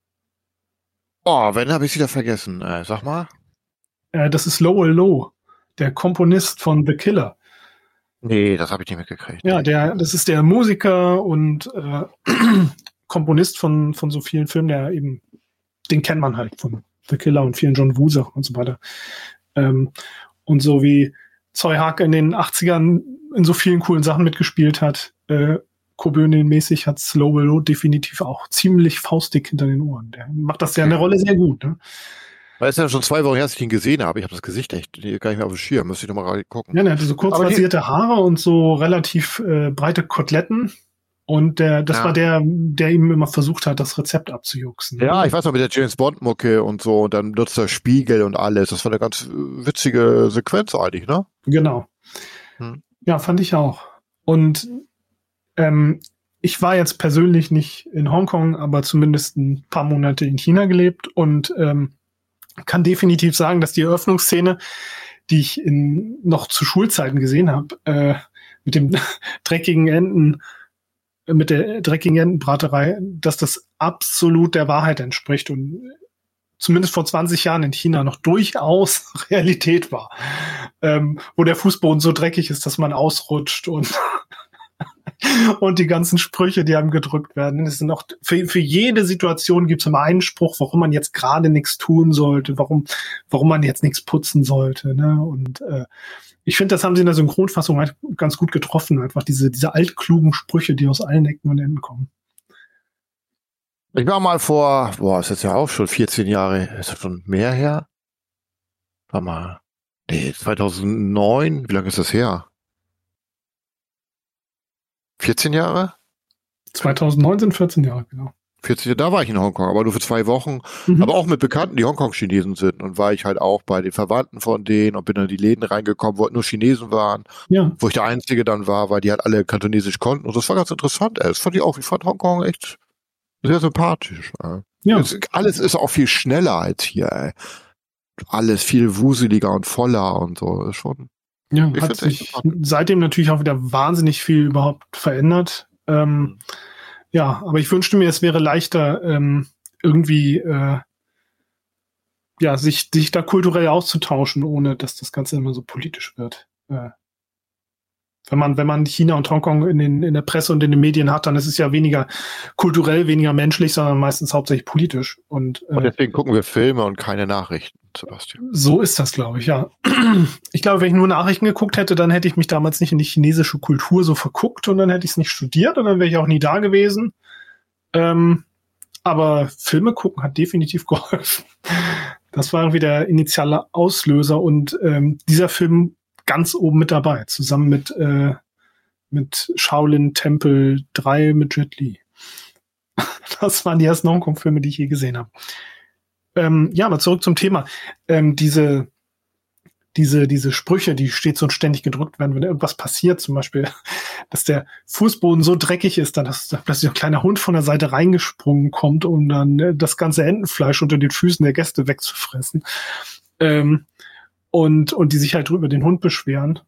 Oh, wenn, habe ich wieder vergessen. Äh, sag mal.
Äh, das ist Lowell Lowe, der Komponist von The Killer.
Nee, das habe ich nicht mitgekriegt.
Ja, der, das ist der Musiker und äh, Komponist von, von so vielen Filmen, der eben, den kennt man halt von The Killer und vielen John Woo Sachen und so weiter. Ähm, und so wie Tsui Hark in den achtzigern in so vielen coolen Sachen mitgespielt hat, äh, Kobönin-mäßig hat Lowell Lowe definitiv auch ziemlich faustdick hinter den Ohren. Der macht das ja eine Rolle sehr gut, ne?
Weil es ja schon zwei Wochen her, dass ich ihn gesehen habe. Ich habe das Gesicht echt gar nicht mehr auf dem Schirm. Müsste ich nochmal gucken.
Ja, der hatte so kurz rasierte Haare und so relativ äh, breite Koteletten. Und der, das ja. war der, der ihm immer versucht hat, das Rezept abzujuxen.
Ja, ich weiß noch, mit der James-Bond-Mucke und so. Und dann nutzt er Spiegel und alles. Das war eine ganz witzige Sequenz eigentlich, ne?
Genau. Hm. Ja, fand ich auch. Und ähm, ich war jetzt persönlich nicht in Hongkong, aber zumindest ein paar Monate in China gelebt und ähm, kann definitiv sagen, dass die Eröffnungsszene, die ich in noch zu Schulzeiten gesehen habe, äh, mit dem dreckigen Enten, mit der dreckigen Entenbraterei, dass das absolut der Wahrheit entspricht und zumindest vor zwanzig Jahren in China noch durchaus Realität war, ähm, wo der Fußboden so dreckig ist, dass man ausrutscht und und die ganzen Sprüche, die einem gedrückt werden. Es sind auch für, für jede Situation gibt es immer einen Spruch, warum man jetzt gerade nichts tun sollte, warum, warum man jetzt nichts putzen sollte. Ne? Und äh, ich finde, das haben sie in der Synchronfassung halt ganz gut getroffen. Einfach diese, diese altklugen Sprüche, die aus allen Ecken und Enden kommen.
Ich war mal vor, boah, ist jetzt ja auch schon vierzehn Jahre, ist das schon mehr her? War mal, nee, zweitausendneun, wie lange ist das her? vierzehn Jahre?
zweitausendneun sind vierzehn Jahre, genau.
vierzehn, da war ich in Hongkong, aber nur für zwei Wochen,
Mhm.
aber auch mit Bekannten, die Hongkong-Chinesen sind, und war ich halt auch bei den Verwandten von denen und bin dann in die Läden reingekommen, wo nur Chinesen waren,
Ja,
wo ich der Einzige dann war, weil die halt alle Kantonesisch konnten, und das war ganz interessant, ey. Das fand ich auch, ich fand Hongkong echt sehr sympathisch. Ey.
ja.
Es, alles ist auch viel schneller als hier, ey. Alles viel wuseliger und voller und so, ist schon.
Ja,
Ich
hat
find's echt
sich
spannend.
seitdem natürlich auch wieder wahnsinnig viel überhaupt verändert. Ähm,
Mhm.
ja, aber ich wünschte mir, es wäre leichter, ähm, irgendwie äh, ja, sich, sich da kulturell auszutauschen, ohne dass das Ganze immer so politisch wird. Äh, wenn man, wenn man China und Hongkong in, den, in der Presse und in den Medien hat, dann ist es ja weniger kulturell, weniger menschlich, sondern meistens hauptsächlich politisch. Und, äh,
Und deswegen gucken wir Filme und keine Nachrichten, Sebastian.
so ist das, glaube ich, ja. Ich glaube, wenn ich nur Nachrichten geguckt hätte, dann hätte ich mich damals nicht in die chinesische Kultur so verguckt und dann hätte ich es nicht studiert und dann wäre ich auch nie da gewesen. Ähm, aber Filme gucken hat definitiv geholfen. Das war irgendwie der initiale Auslöser und ähm, dieser Film ganz oben mit dabei, zusammen mit, äh, mit Shaolin Temple drei mit Jet Li. Das waren die ersten Hongkong-Filme, die ich je gesehen habe. Ähm, ja, aber zurück zum Thema. Ähm, diese, diese, diese Sprüche, die stets und ständig gedrückt werden, wenn irgendwas passiert, zum Beispiel, dass der Fußboden so dreckig ist, dann dass da plötzlich ein kleiner Hund von der Seite reingesprungen kommt, um dann äh, das ganze Entenfleisch unter den Füßen der Gäste wegzufressen. Ähm, und, und die sich halt über den Hund beschweren.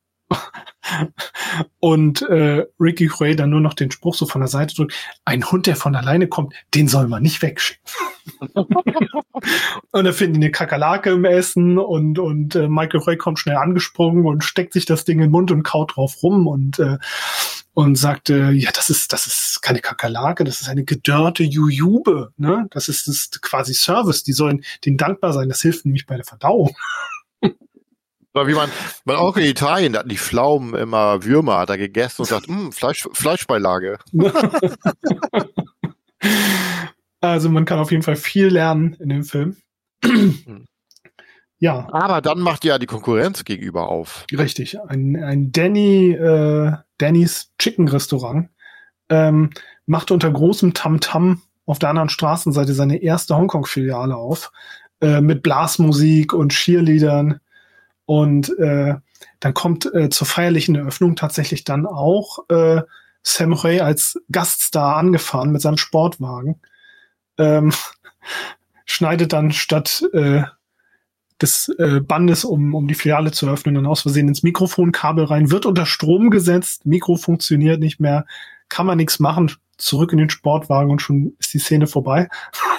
Und äh, Ricky Hui dann nur noch den Spruch so von der Seite drückt, ein Hund, der von alleine kommt, den soll man nicht wegschicken. Und dann finden die eine Kakerlake im Essen und, und äh, Michael Hui kommt schnell angesprungen und steckt sich das Ding in den Mund und kaut drauf rum und äh, und sagt, äh, ja, das ist das ist keine Kakerlake, das ist eine gedörrte Jujube, ne? Das ist, das ist quasi Service, die sollen denen dankbar sein, das hilft nämlich bei der Verdauung.
Oder wie man, man auch in Italien, da hatten die Pflaumen immer Würmer, hat er gegessen und sagt, hm, Fleisch, Fleischbeilage.
Also man kann auf jeden Fall viel lernen in dem Film. Ja.
Aber dann macht ja die Konkurrenz gegenüber auf.
Richtig. Ein, ein Danny, äh, Dannys Chicken Restaurant ähm, macht unter großem Tamtam auf der anderen Straßenseite seine erste Hongkong-Filiale auf, äh, mit Blasmusik und Cheerleadern. Und äh, dann kommt äh, zur feierlichen Eröffnung tatsächlich dann auch äh, Sam Hui als Gaststar angefahren mit seinem Sportwagen. Ähm, schneidet dann statt äh, des äh, Bandes, um, um die Filiale zu öffnen, dann aus Versehen ins Mikrofonkabel rein, wird unter Strom gesetzt, Mikro funktioniert nicht mehr, kann man nichts machen, zurück in den Sportwagen und schon ist die Szene vorbei.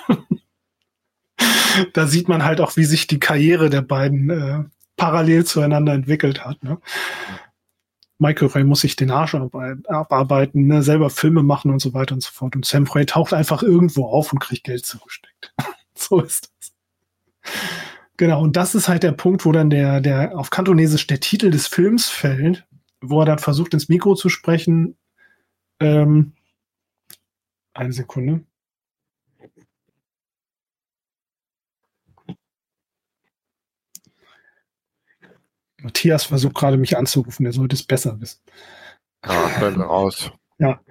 Da sieht man halt auch, wie sich die Karriere der beiden äh, parallel zueinander entwickelt hat. Ne? Michael Ray muss sich den Arsch abarbeiten, ne? Selber Filme machen und so weiter und so fort. Und Sam Ray taucht einfach irgendwo auf und kriegt Geld zugesteckt. So ist das. Genau, und das ist halt der Punkt, wo dann der, der auf Kantonesisch der Titel des Films fällt, wo er dann versucht, ins Mikro zu sprechen. Ähm, eine Sekunde. Matthias versucht gerade, mich anzurufen, er sollte es besser wissen.
Ja, hören wir raus.
Ja.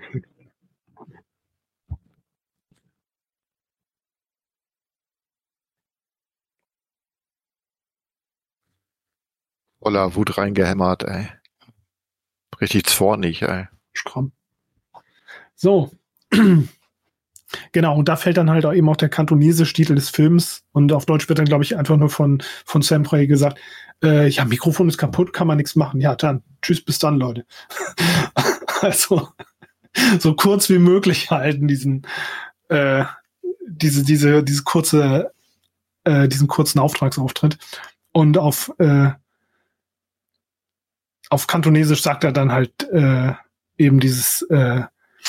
Voller Wut reingehämmert, ey. Richtig zornig, ey.
Stramm. So. Genau, und da fällt dann halt auch eben auch der kantonesische Titel des Films und auf Deutsch wird dann, glaube ich, einfach nur von, von Sam Ray gesagt, äh, ja, Mikrofon ist kaputt, kann man nichts machen. Ja, dann, tschüss, bis dann, Leute. Also, so kurz wie möglich halten diesen, äh, diese, diese, diese kurze, äh, diesen kurzen Auftragsauftritt. Und auf, äh, auf Kantonesisch sagt er dann halt, äh, eben dieses äh,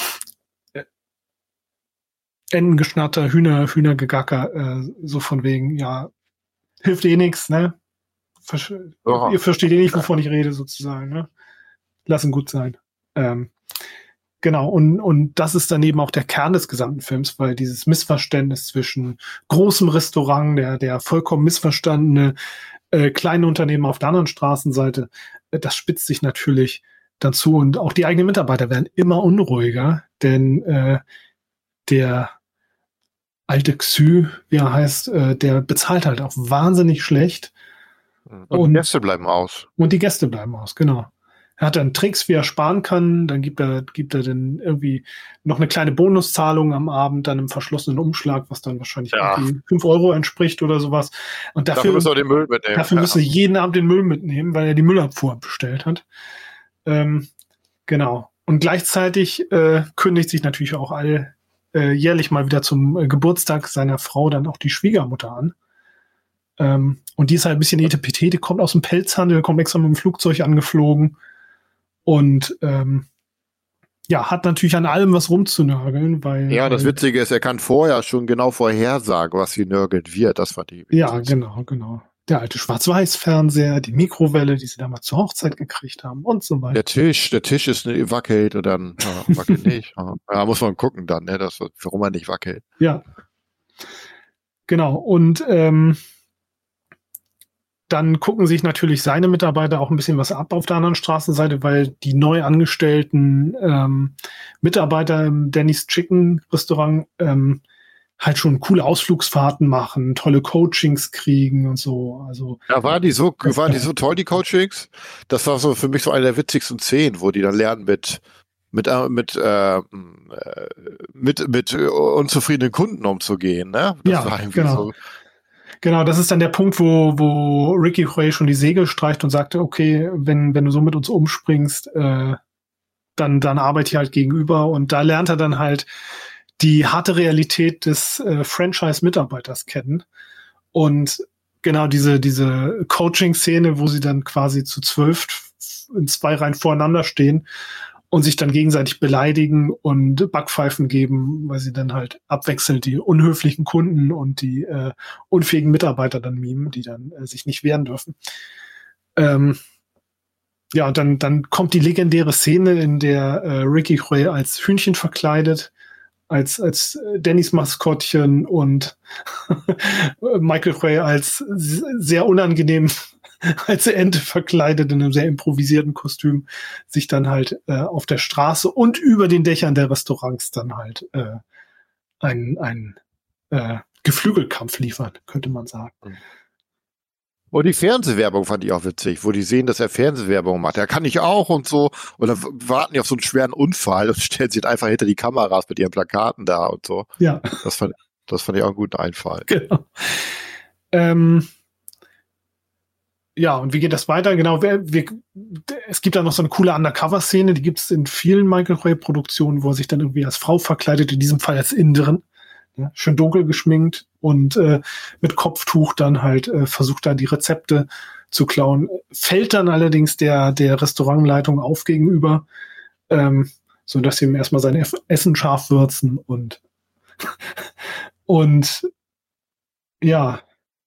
Entengeschnatter, Hühner, Hühnergegacker, äh, so von wegen, ja, hilft eh nix, ne? Versch
Aha.
Ihr versteht eh nicht, wovon ich rede, sozusagen, ne? Lassen gut sein. Ähm, genau, und, und das ist dann eben auch der Kern des gesamten Films, weil dieses Missverständnis zwischen großem Restaurant, der, der vollkommen missverstandene äh, kleine Unternehmen auf der anderen Straßenseite, äh, das spitzt sich natürlich dann zu und auch die eigenen Mitarbeiter werden immer unruhiger, denn äh, der alte Xu, wie er heißt, äh, der bezahlt halt auch wahnsinnig schlecht.
Und,
Und-
die Gäste bleiben aus.
Und die Gäste bleiben aus, genau. Er hat dann Tricks, wie er sparen kann. Dann gibt er, gibt er dann irgendwie noch eine kleine Bonuszahlung am Abend, dann im verschlossenen Umschlag, was dann wahrscheinlich
Ja.
irgendwie fünf Euro entspricht oder sowas. Und
Dafür
dafür,
müssen wir den Müll mitnehmen.
dafür
ja.
müssen wir jeden Abend den Müll mitnehmen, weil er die Müllabfuhr bestellt hat. Ähm, genau. Und gleichzeitig äh, kündigt sich natürlich auch all äh, jährlich mal wieder zum äh, Geburtstag seiner Frau dann auch die Schwiegermutter an. Ähm, und die ist halt ein bisschen etepetete, kommt aus dem Pelzhandel, kommt extra mit dem Flugzeug angeflogen und ähm, ja, hat natürlich an allem was rumzunörgeln, weil...
Ja, das
weil,
Witzige ist, er kann vorher schon genau vorhersagen, was sie nörgelt wird. Das fand ich.
Ja, genau, genau. Der alte Schwarz-Weiß-Fernseher, die Mikrowelle, die sie damals zur Hochzeit gekriegt haben und so weiter.
Der Tisch, der Tisch ist ne, wackelt und dann ja, wackelt nicht. Ja, Ja, muss man gucken dann, ne, das, warum er nicht wackelt.
Ja. Genau. Und ähm, dann gucken sich natürlich seine Mitarbeiter auch ein bisschen was ab auf der anderen Straßenseite, weil die neu angestellten ähm, Mitarbeiter im Denny's Chicken Restaurant ähm, halt schon coole Ausflugsfahrten machen, tolle Coachings kriegen und so. Also
Ja, war die so, waren die so toll, die Coachings? Das war so für mich so eine der witzigsten Szenen, wo die dann lernen mit mit äh, mit äh, mit mit unzufriedenen Kunden umzugehen, ne? Das
Ja,
war irgendwie
genau.
so.
Genau, das ist dann der Punkt, wo, wo Ricky Hui schon die Segel streicht und sagte, okay, wenn, wenn du so mit uns umspringst, äh, dann, dann arbeite ich halt gegenüber. Und da lernt er dann halt die harte Realität des äh, Franchise-Mitarbeiters kennen. Und genau diese, diese Coaching-Szene, wo sie dann quasi zu zwölf in zwei Reihen voreinander stehen und sich dann gegenseitig beleidigen und Backpfeifen geben, weil sie dann halt abwechselnd die unhöflichen Kunden und die äh, unfähigen Mitarbeiter dann mimen, die dann äh, sich nicht wehren dürfen. Ähm, ja, und dann, dann kommt die legendäre Szene, in der äh, Ricky Hui als Hühnchen verkleidet, als, als Denny's Maskottchen und Michael Hui als sehr unangenehm als Ente verkleidet in einem sehr improvisierten Kostüm sich dann halt äh, auf der Straße und über den Dächern der Restaurants dann halt äh, einen, einen äh, Geflügelkampf liefern, könnte man sagen.
Und die Fernsehwerbung fand ich auch witzig, wo die sehen, dass er Fernsehwerbung macht. Er kann ich auch und so. Und dann warten die auf so einen schweren Unfall und stellen sich einfach hinter die Kameras mit ihren Plakaten da und so.
Ja.
Das fand, das fand ich auch einen guten Einfall.
Genau. Ähm, Ja, und wie geht das weiter? Genau, wir, wir, es gibt da noch so eine coole Undercover-Szene, die gibt es in vielen Michael Hui-Produktionen, wo er sich dann irgendwie als Frau verkleidet, in diesem Fall als Inderin, ja, schön dunkel geschminkt und äh, mit Kopftuch dann halt äh, versucht da die Rezepte zu klauen. Fällt dann allerdings der, der Restaurantleitung auf gegenüber, ähm, so dass sie ihm erstmal sein Essen scharf würzen und und ja,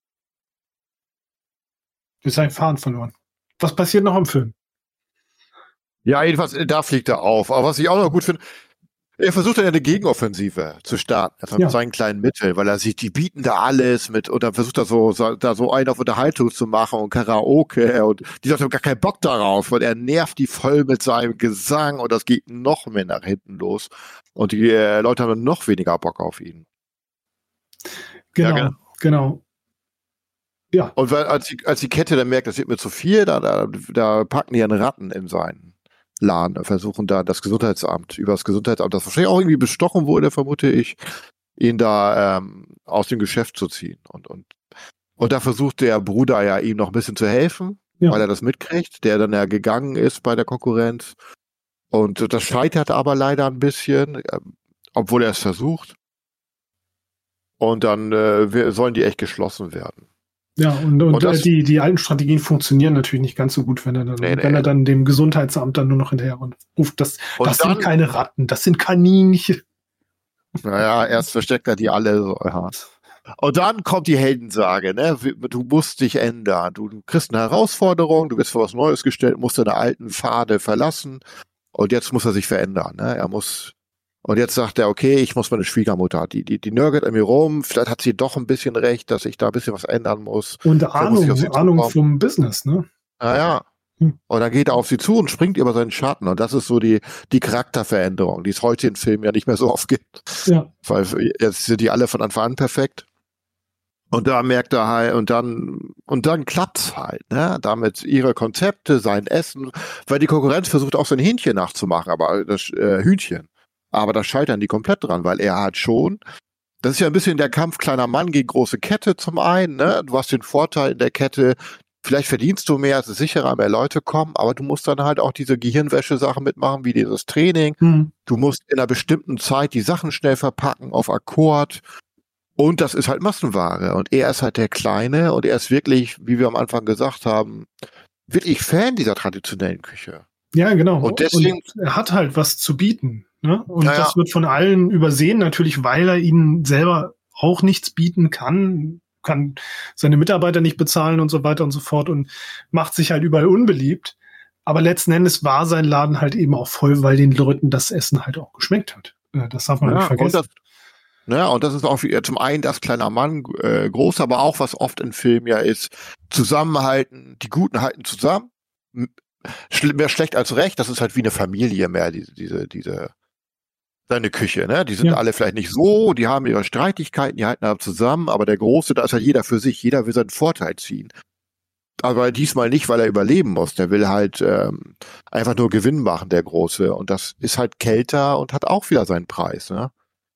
ist sein Faden verloren. Was passiert noch im Film?
Ja, jedenfalls, da fliegt er auf. Aber was ich auch noch gut finde, er versucht dann eine Gegenoffensive zu starten, einfach
Ja.
mit seinen kleinen Mitteln, weil er sieht, die bieten da alles mit und dann versucht er so, so da so einen auf Unterhaltung zu machen und Karaoke und die Leute haben gar keinen Bock darauf, weil er nervt die voll mit seinem Gesang und das geht noch mehr nach hinten los und die äh, Leute haben noch weniger Bock auf ihn.
Genau,
Ja, genau.
genau. Ja,
Und weil, als, die, als die Kette dann merkt, das wird mir zu viel, da, da, da packen die einen Ratten in seinen Laden und versuchen da das Gesundheitsamt, über das Gesundheitsamt, das wahrscheinlich auch irgendwie bestochen wurde, vermute ich, ihn da ähm, aus dem Geschäft zu ziehen. Und, und, und da versucht der Bruder ja ihm noch ein bisschen zu helfen,
Ja.
weil er das mitkriegt, der dann ja gegangen ist bei der Konkurrenz. Und das scheitert aber leider ein bisschen, ähm, obwohl er es versucht. Und dann äh, wir- sollen die echt geschlossen werden.
Ja, und, und,
Und das-
äh, die, die alten Strategien funktionieren natürlich nicht ganz so gut, wenn er dann,
Nee, nee.
wenn er dann dem Gesundheitsamt dann nur noch hinterher ruft, das,
Und
das
dann-
sind keine Ratten, das sind Kaninchen.
Naja, erst versteckt er die alle so, ja. Und dann kommt die Heldensage, ne? Du musst dich ändern. Du, du kriegst eine Herausforderung, du wirst vor was Neues gestellt, musst deine alten Pfade verlassen und jetzt muss er sich verändern, ne? Er muss, und jetzt sagt er, okay, ich muss meine Schwiegermutter, die, die, die nörgelt an mir rum, vielleicht hat sie doch ein bisschen recht, dass ich da ein bisschen was ändern muss.
Und
Vielleicht muss
Ahnung,
ich auf sie
Ahnung
zukommen.
vom Business, ne?
Naja.
Hm.
Und dann geht er auf sie zu und springt über seinen Schatten. Und das ist so die, die Charakterveränderung, die es heute in Filmen ja nicht mehr so oft gibt.
Ja.
Weil jetzt sind die alle von Anfang an perfekt. Und da merkt er halt, und dann, und dann klappt's halt, ne? Damit ihre Konzepte, sein Essen, weil die Konkurrenz versucht auch sein Hähnchen nachzumachen, aber das äh, Hühnchen. Aber da scheitern die komplett dran, weil er hat schon, das ist ja ein bisschen der Kampf kleiner Mann gegen große Kette zum einen, ne? Du hast den Vorteil in der Kette, vielleicht verdienst du mehr, es ist sicherer, mehr Leute kommen, aber du musst dann halt auch diese Gehirnwäsche-Sachen mitmachen, wie dieses Training.
Hm.
Du musst in einer bestimmten Zeit die Sachen schnell verpacken auf Akkord. Und das ist halt Massenware. Und er ist halt der Kleine und er ist wirklich, wie wir am Anfang gesagt haben, wirklich Fan dieser traditionellen Küche.
Ja, genau.
Und deswegen-
und er hat halt was zu bieten, ne? Und
Ja, ja.
das wird von allen übersehen, natürlich, weil er ihnen selber auch nichts bieten kann, kann seine Mitarbeiter nicht bezahlen und so weiter und so fort und macht sich halt überall unbeliebt. Aber letzten Endes war sein Laden halt eben auch voll, weil den Leuten das Essen halt auch geschmeckt hat. Äh, Das darf man nicht
Ja, und
vergessen.
das, ja, und das ist auch wie, zum einen das kleiner Mann, äh, groß, aber auch was oft in Filmen ja ist, zusammenhalten, die Guten halten zusammen, M- schl mehr schlecht als recht, das ist halt wie eine Familie mehr, diese, diese, diese, seine Küche, ne? Die sind
Ja.
alle vielleicht nicht so, die haben ihre Streitigkeiten, die halten aber zusammen, aber der Große, da ist halt jeder für sich, jeder will seinen Vorteil ziehen. Aber diesmal nicht, weil er überleben muss, der will halt ähm, einfach nur Gewinn machen, der Große, und das ist halt kälter und hat auch wieder seinen Preis, ne?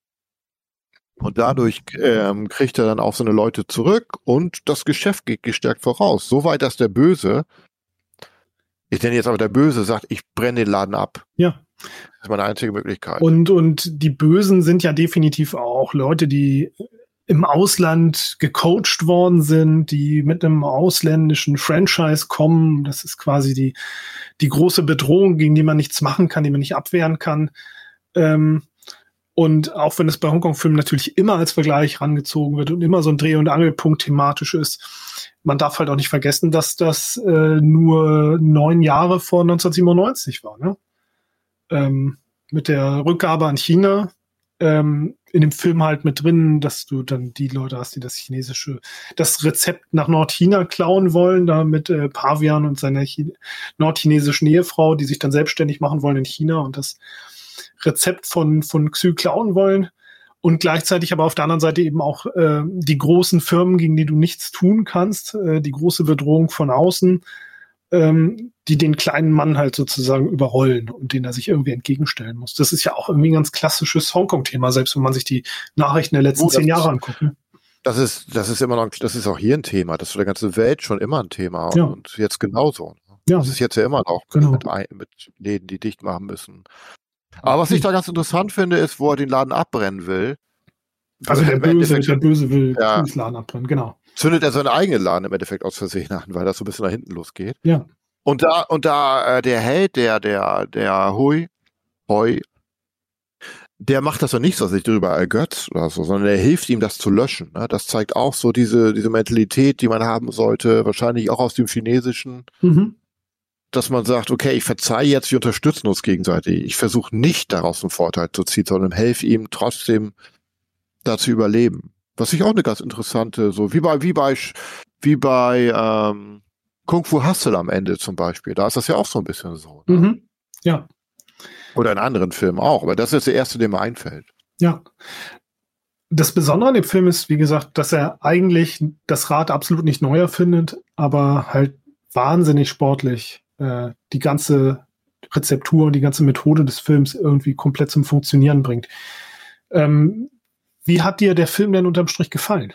Und dadurch ähm, kriegt er dann auch seine Leute zurück und das Geschäft geht gestärkt voraus. Soweit, dass der Böse, ich nenne jetzt aber der Böse, sagt, ich brenne den Laden ab.
Ja.
Das ist meine einzige Möglichkeit.
Und, und die Bösen sind ja definitiv auch Leute, die im Ausland gecoacht worden sind, die mit einem ausländischen Franchise kommen. Das ist quasi die, die große Bedrohung, gegen die man nichts machen kann, die man nicht abwehren kann. Ähm, und auch wenn es bei Hongkong-Filmen natürlich immer als Vergleich rangezogen wird und immer so ein Dreh- und Angelpunkt thematisch ist, man darf halt auch nicht vergessen, dass das äh, nur neun Jahre vor neunzehnhundertsiebenundneunzig war, ne? Ähm, mit der Rückgabe an China, ähm, in dem Film halt mit drin, dass du dann die Leute hast, die das chinesische, das Rezept nach Nordchina klauen wollen, da mit äh, Pavian und seiner Chi- nordchinesischen Ehefrau, die sich dann selbstständig machen wollen in China und das Rezept von, von Xu klauen wollen. Und gleichzeitig aber auf der anderen Seite eben auch äh, die großen Firmen, gegen die du nichts tun kannst, äh, die große Bedrohung von außen, ähm, die den kleinen Mann halt sozusagen überrollen und den er sich irgendwie entgegenstellen muss. Das ist ja auch irgendwie ein ganz klassisches Hongkong-Thema, selbst wenn man sich die Nachrichten der letzten
Oh, das
zehn
ist-
Jahre anguckt. Ne?
Das ist, das ist immer noch, das ist auch hier ein Thema. Das ist für die ganze Welt schon immer ein Thema.
Ja.
Und jetzt genauso.
Ja,
Das ist jetzt ja immer noch
Genau.
mit, ein, mit Läden, die dicht machen müssen. Aber was ich da ganz interessant finde, ist, wo er den Laden abbrennen will.
also der
Im
Böse,
Endeffekt
der Böse will
Ja.
das Laden abbrennen, genau.
zündet er seinen eigenen Laden im Endeffekt aus Versehen an, weil das so ein bisschen nach hinten losgeht.
Ja.
Und da, und da, äh, der Held, der, der, der Hui, Hoi, der macht das doch nicht so, dass er sich darüber ergötzt oder so, sondern er hilft ihm, das zu löschen. Ne? Das zeigt auch so diese, diese Mentalität, die man haben sollte, wahrscheinlich auch aus dem Chinesischen,
Mhm.
dass man sagt, okay, ich verzeihe jetzt, wir unterstützen uns gegenseitig. Ich versuche nicht daraus einen Vorteil zu ziehen, sondern helfe ihm trotzdem da zu überleben. Was ich auch eine ganz interessante, so wie bei, wie bei, wie bei ähm, Kung Fu Hustle am Ende zum Beispiel. Da ist das ja auch so ein bisschen so. Ne?
Mhm. Ja.
Oder in anderen Filmen auch. Aber das ist jetzt der erste, der mir einfällt.
Ja. Das Besondere an dem Film ist, wie gesagt, dass er eigentlich das Rad absolut nicht neu erfindet, aber halt wahnsinnig sportlich äh, die ganze Rezeptur und die ganze Methode des Films irgendwie komplett zum Funktionieren bringt. Ähm, wie hat dir der Film denn unterm Strich gefallen?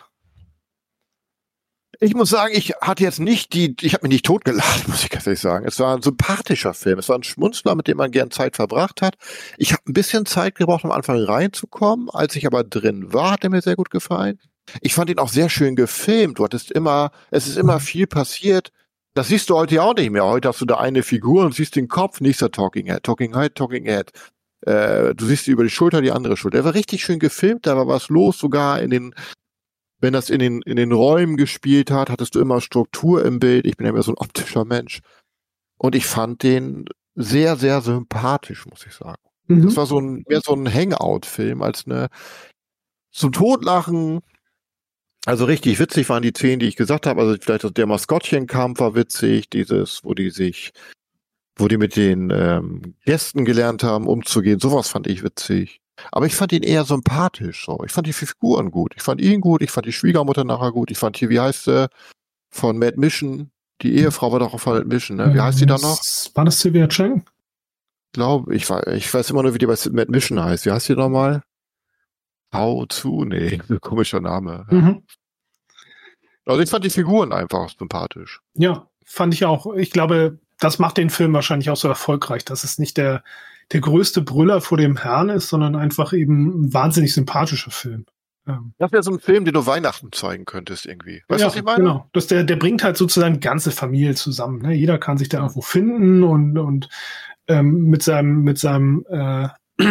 Ich muss sagen, ich hatte jetzt nicht die, ich habe mich nicht totgelacht, muss ich ganz ehrlich sagen. Es war ein sympathischer Film. Es war ein Schmunzler, mit dem man gern Zeit verbracht hat. Ich habe ein bisschen Zeit gebraucht, am Anfang reinzukommen. Als ich aber drin war, hat er mir sehr gut gefallen. Ich fand ihn auch sehr schön gefilmt. Du hattest immer, es ist immer viel passiert. Das siehst du heute ja auch nicht mehr. Heute hast du da eine Figur und siehst den Kopf, nächster Talking Head, Talking Head, Talking Head. Äh, du siehst über die Schulter die andere Schulter. Der war richtig schön gefilmt, da war was los, sogar in den, wenn das in den, in den Räumen gespielt hat, hattest du immer Struktur im Bild. Ich bin ja mehr so ein optischer Mensch. Und ich fand den sehr, sehr sympathisch, muss ich sagen. Mhm. Das war so ein, mehr so ein Hangout-Film als eine, zum Totlachen. Also richtig witzig waren die Szenen, die ich gesagt habe. Also vielleicht der Maskottchenkampf war witzig, dieses, wo die sich, wo die mit den ähm, Gästen gelernt haben, umzugehen. Sowas fand ich witzig. Aber ich fand ihn eher sympathisch. So, ich fand die Figuren gut. Ich fand ihn gut. Ich fand die Schwiegermutter nachher gut. Ich fand hier, wie heißt sie, von Mad Mission. Die Ehefrau war doch auch von Mad Mission. Ne? Wie heißt die da noch?
War das Sylvia Chang?
Glaube ich. Ich weiß immer nur, wie die bei Mad Mission heißt. Wie heißt die nochmal? Hau zu, nee, komischer Name. Ja. Mhm. Also ich fand die Figuren einfach sympathisch.
Ja, fand ich auch. Ich glaube, das macht den Film wahrscheinlich auch so erfolgreich, dass es nicht der, der größte Brüller vor dem Herrn ist, sondern einfach eben ein wahnsinnig sympathischer Film. Ähm.
Das wäre so ein Film, den du Weihnachten zeigen könntest irgendwie. Weißt du,
ja,
was ich meine?
Genau. Das, der, der bringt halt sozusagen ganze Familie zusammen. Ne? Jeder kann sich da irgendwo finden und, und ähm, mit seinem, mit seinem äh,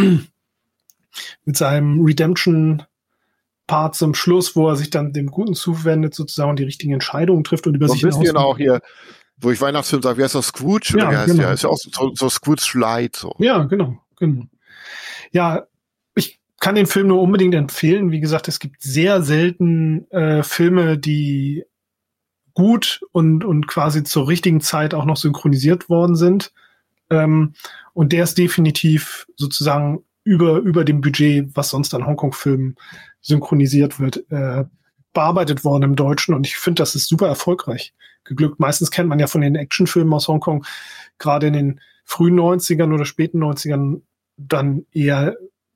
mit seinem Redemption-Part zum Schluss, wo er sich dann dem Guten zuwendet, sozusagen die richtigen Entscheidungen trifft und über
so
sich
hinaus. Ein bisschen auch hier, wo ich Weihnachtsfilm sage, wie heißt das, Scrooge?
Ja,
oder wie heißt
genau.
der? Ist ja auch so, so Scrooge Light. So.
Ja, genau, genau. Ja, ich kann den Film nur unbedingt empfehlen. Wie gesagt, es gibt sehr selten äh, Filme, die gut und, und quasi zur richtigen Zeit auch noch synchronisiert worden sind. Ähm, und der ist definitiv sozusagen über, über dem Budget, was sonst an Hongkong-Filmen synchronisiert wird, äh, bearbeitet worden im Deutschen. Und ich finde, das ist super erfolgreich geglückt. Meistens kennt man ja von den Actionfilmen aus Hongkong, gerade in den frühen neunzigern oder späten neunzigern, dann eher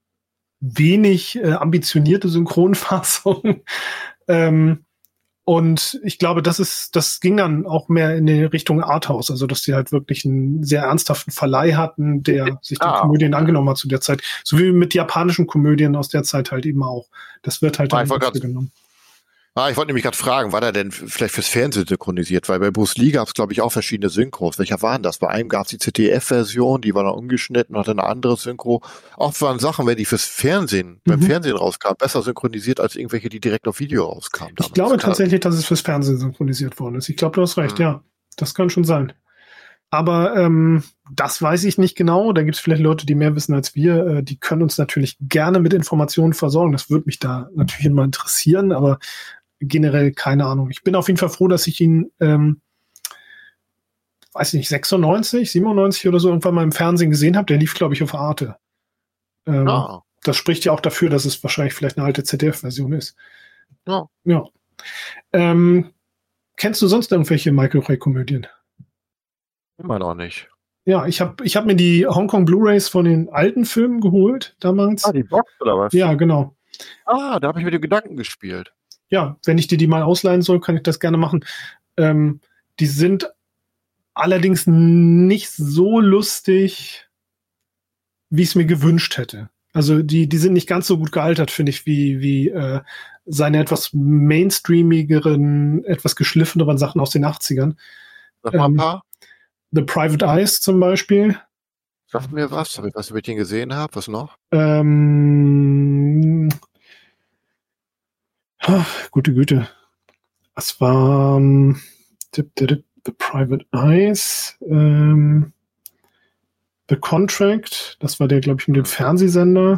wenig äh, ambitionierte Synchronfassungen. ähm, Und ich glaube, das ist, das ging dann auch mehr in die Richtung Arthouse, also dass die halt wirklich einen sehr ernsthaften Verleih hatten, der sich den ah, Komödien angenommen hat zu der Zeit. So wie mit japanischen Komödien aus der Zeit halt eben auch. Das wird halt dann genommen.
Ah, ich wollte nämlich gerade fragen, war der denn vielleicht fürs Fernsehen synchronisiert? Weil bei Bruce Lee gab es, glaube ich, auch verschiedene Synchros. Welcher waren das? Bei einem gab es die Z D F-Version, die war dann umgeschnitten, hatte eine andere Synchro. Oft waren Sachen, wenn die fürs Fernsehen, mhm. beim Fernsehen rauskamen, besser synchronisiert als irgendwelche, die direkt auf Video rauskamen.
Ich glaube tatsächlich, dass es fürs Fernsehen synchronisiert worden ist. Ich glaube, du hast recht, mhm. ja. Das kann schon sein. Aber ähm, das weiß ich nicht genau. Da gibt es vielleicht Leute, die mehr wissen als wir. Äh, die können uns natürlich gerne mit Informationen versorgen. Das würde mich da natürlich immer interessieren, aber generell keine Ahnung. Ich bin auf jeden Fall froh, dass ich ihn, ähm, weiß ich nicht, sechsundneunzig, siebenundneunzig oder so irgendwann mal im Fernsehen gesehen habe. Der lief, glaube ich, auf Arte. Ähm, oh. Das spricht ja auch dafür, dass es wahrscheinlich vielleicht eine alte Z D F-Version ist.
Oh.
Ja. Ähm, kennst du sonst irgendwelche Michael Ray-Komödien?
Immer noch nicht.
Ja, ich habe ich hab mir die Hongkong Blu-Rays von den alten Filmen geholt damals.
Ah, die Box oder was?
Ja, genau.
Ah, da habe ich mit dem Gedanken gespielt.
Ja, wenn ich dir die mal ausleihen soll, kann ich das gerne machen. Ähm, die sind allerdings nicht so lustig, wie ich es mir gewünscht hätte. Also die, die sind nicht ganz so gut gealtert, finde ich, wie, wie äh, seine etwas mainstreamigeren, etwas geschliffeneren Sachen aus den achtzigern.
Sag mal ein paar.
The Private Eyes zum Beispiel.
Sag mir was, ob ich was mit denen gesehen habe. Was noch?
Ähm, ach, gute Güte. Es war um, The Private Eyes. Ähm, The Contract, das war der, glaube ich, mit dem Fernsehsender.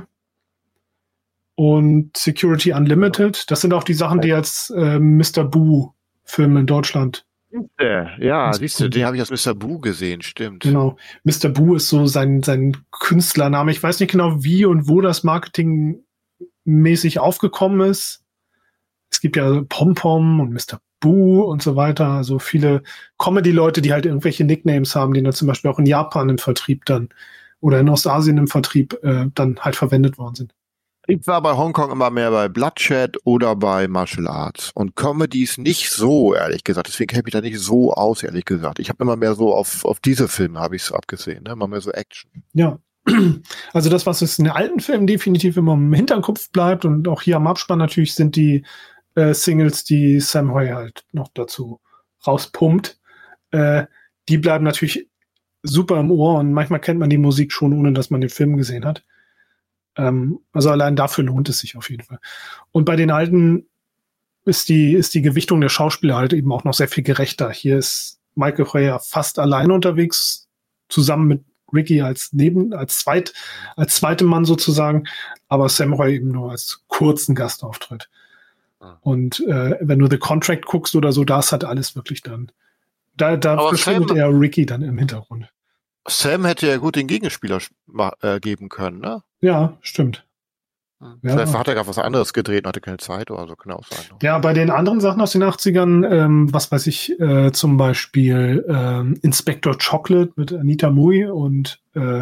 Und Security Unlimited, das sind auch die Sachen, die als äh, Mister Boo-Filme in Deutschland.
Ja, siehst du, den habe ich als Mister Boo gesehen, stimmt.
Genau. Mister Boo ist so sein, sein Künstlername. Ich weiß nicht genau, wie und wo das marketingmäßig aufgekommen ist. Es gibt ja Pom-Pom und Mister Boo und so weiter. Also viele Comedy-Leute, die halt irgendwelche Nicknames haben, die dann zum Beispiel auch in Japan im Vertrieb dann oder in Ostasien im Vertrieb äh, dann halt verwendet worden sind.
Ich war bei Hongkong immer mehr bei Bloodshed oder bei Martial Arts. Und Comedies nicht so, ehrlich gesagt. Deswegen kenne ich mich da nicht so aus, ehrlich gesagt. Ich habe immer mehr so auf, auf diese Filme habe ich es abgesehen, ne? Immer mehr so Action.
Ja. Also das, was es in den alten Filmen definitiv immer im Hinterkopf bleibt und auch hier am Abspann natürlich, sind die äh, Singles, die Sam Hui halt noch dazu rauspumpt. Äh, die bleiben natürlich super im Ohr und manchmal kennt man die Musik schon, ohne dass man den Film gesehen hat. Ähm, also allein dafür lohnt es sich auf jeden Fall. Und bei den alten ist die, ist die Gewichtung der Schauspieler halt eben auch noch sehr viel gerechter. Hier ist Michael Ray fast allein unterwegs, zusammen mit Ricky als Neben, als zweit, als zweite Mann sozusagen, aber Sam Ray eben nur als kurzen Gastauftritt. Und äh, wenn du The Contract guckst oder so, da ist halt alles wirklich dann. Da, da verschwindet eher Ricky dann im Hintergrund.
Sam hätte ja gut den Gegenspieler äh, geben können, ne?
Ja, stimmt.
Hm. Vielleicht ja. hat er gar was anderes gedreht und hatte keine Zeit oder so, kann auch sein. Ne?
Ja, bei den anderen Sachen aus den achtzigern, ähm, was weiß ich, äh, zum Beispiel ähm, Inspector Chocolate mit Anita Mui und äh,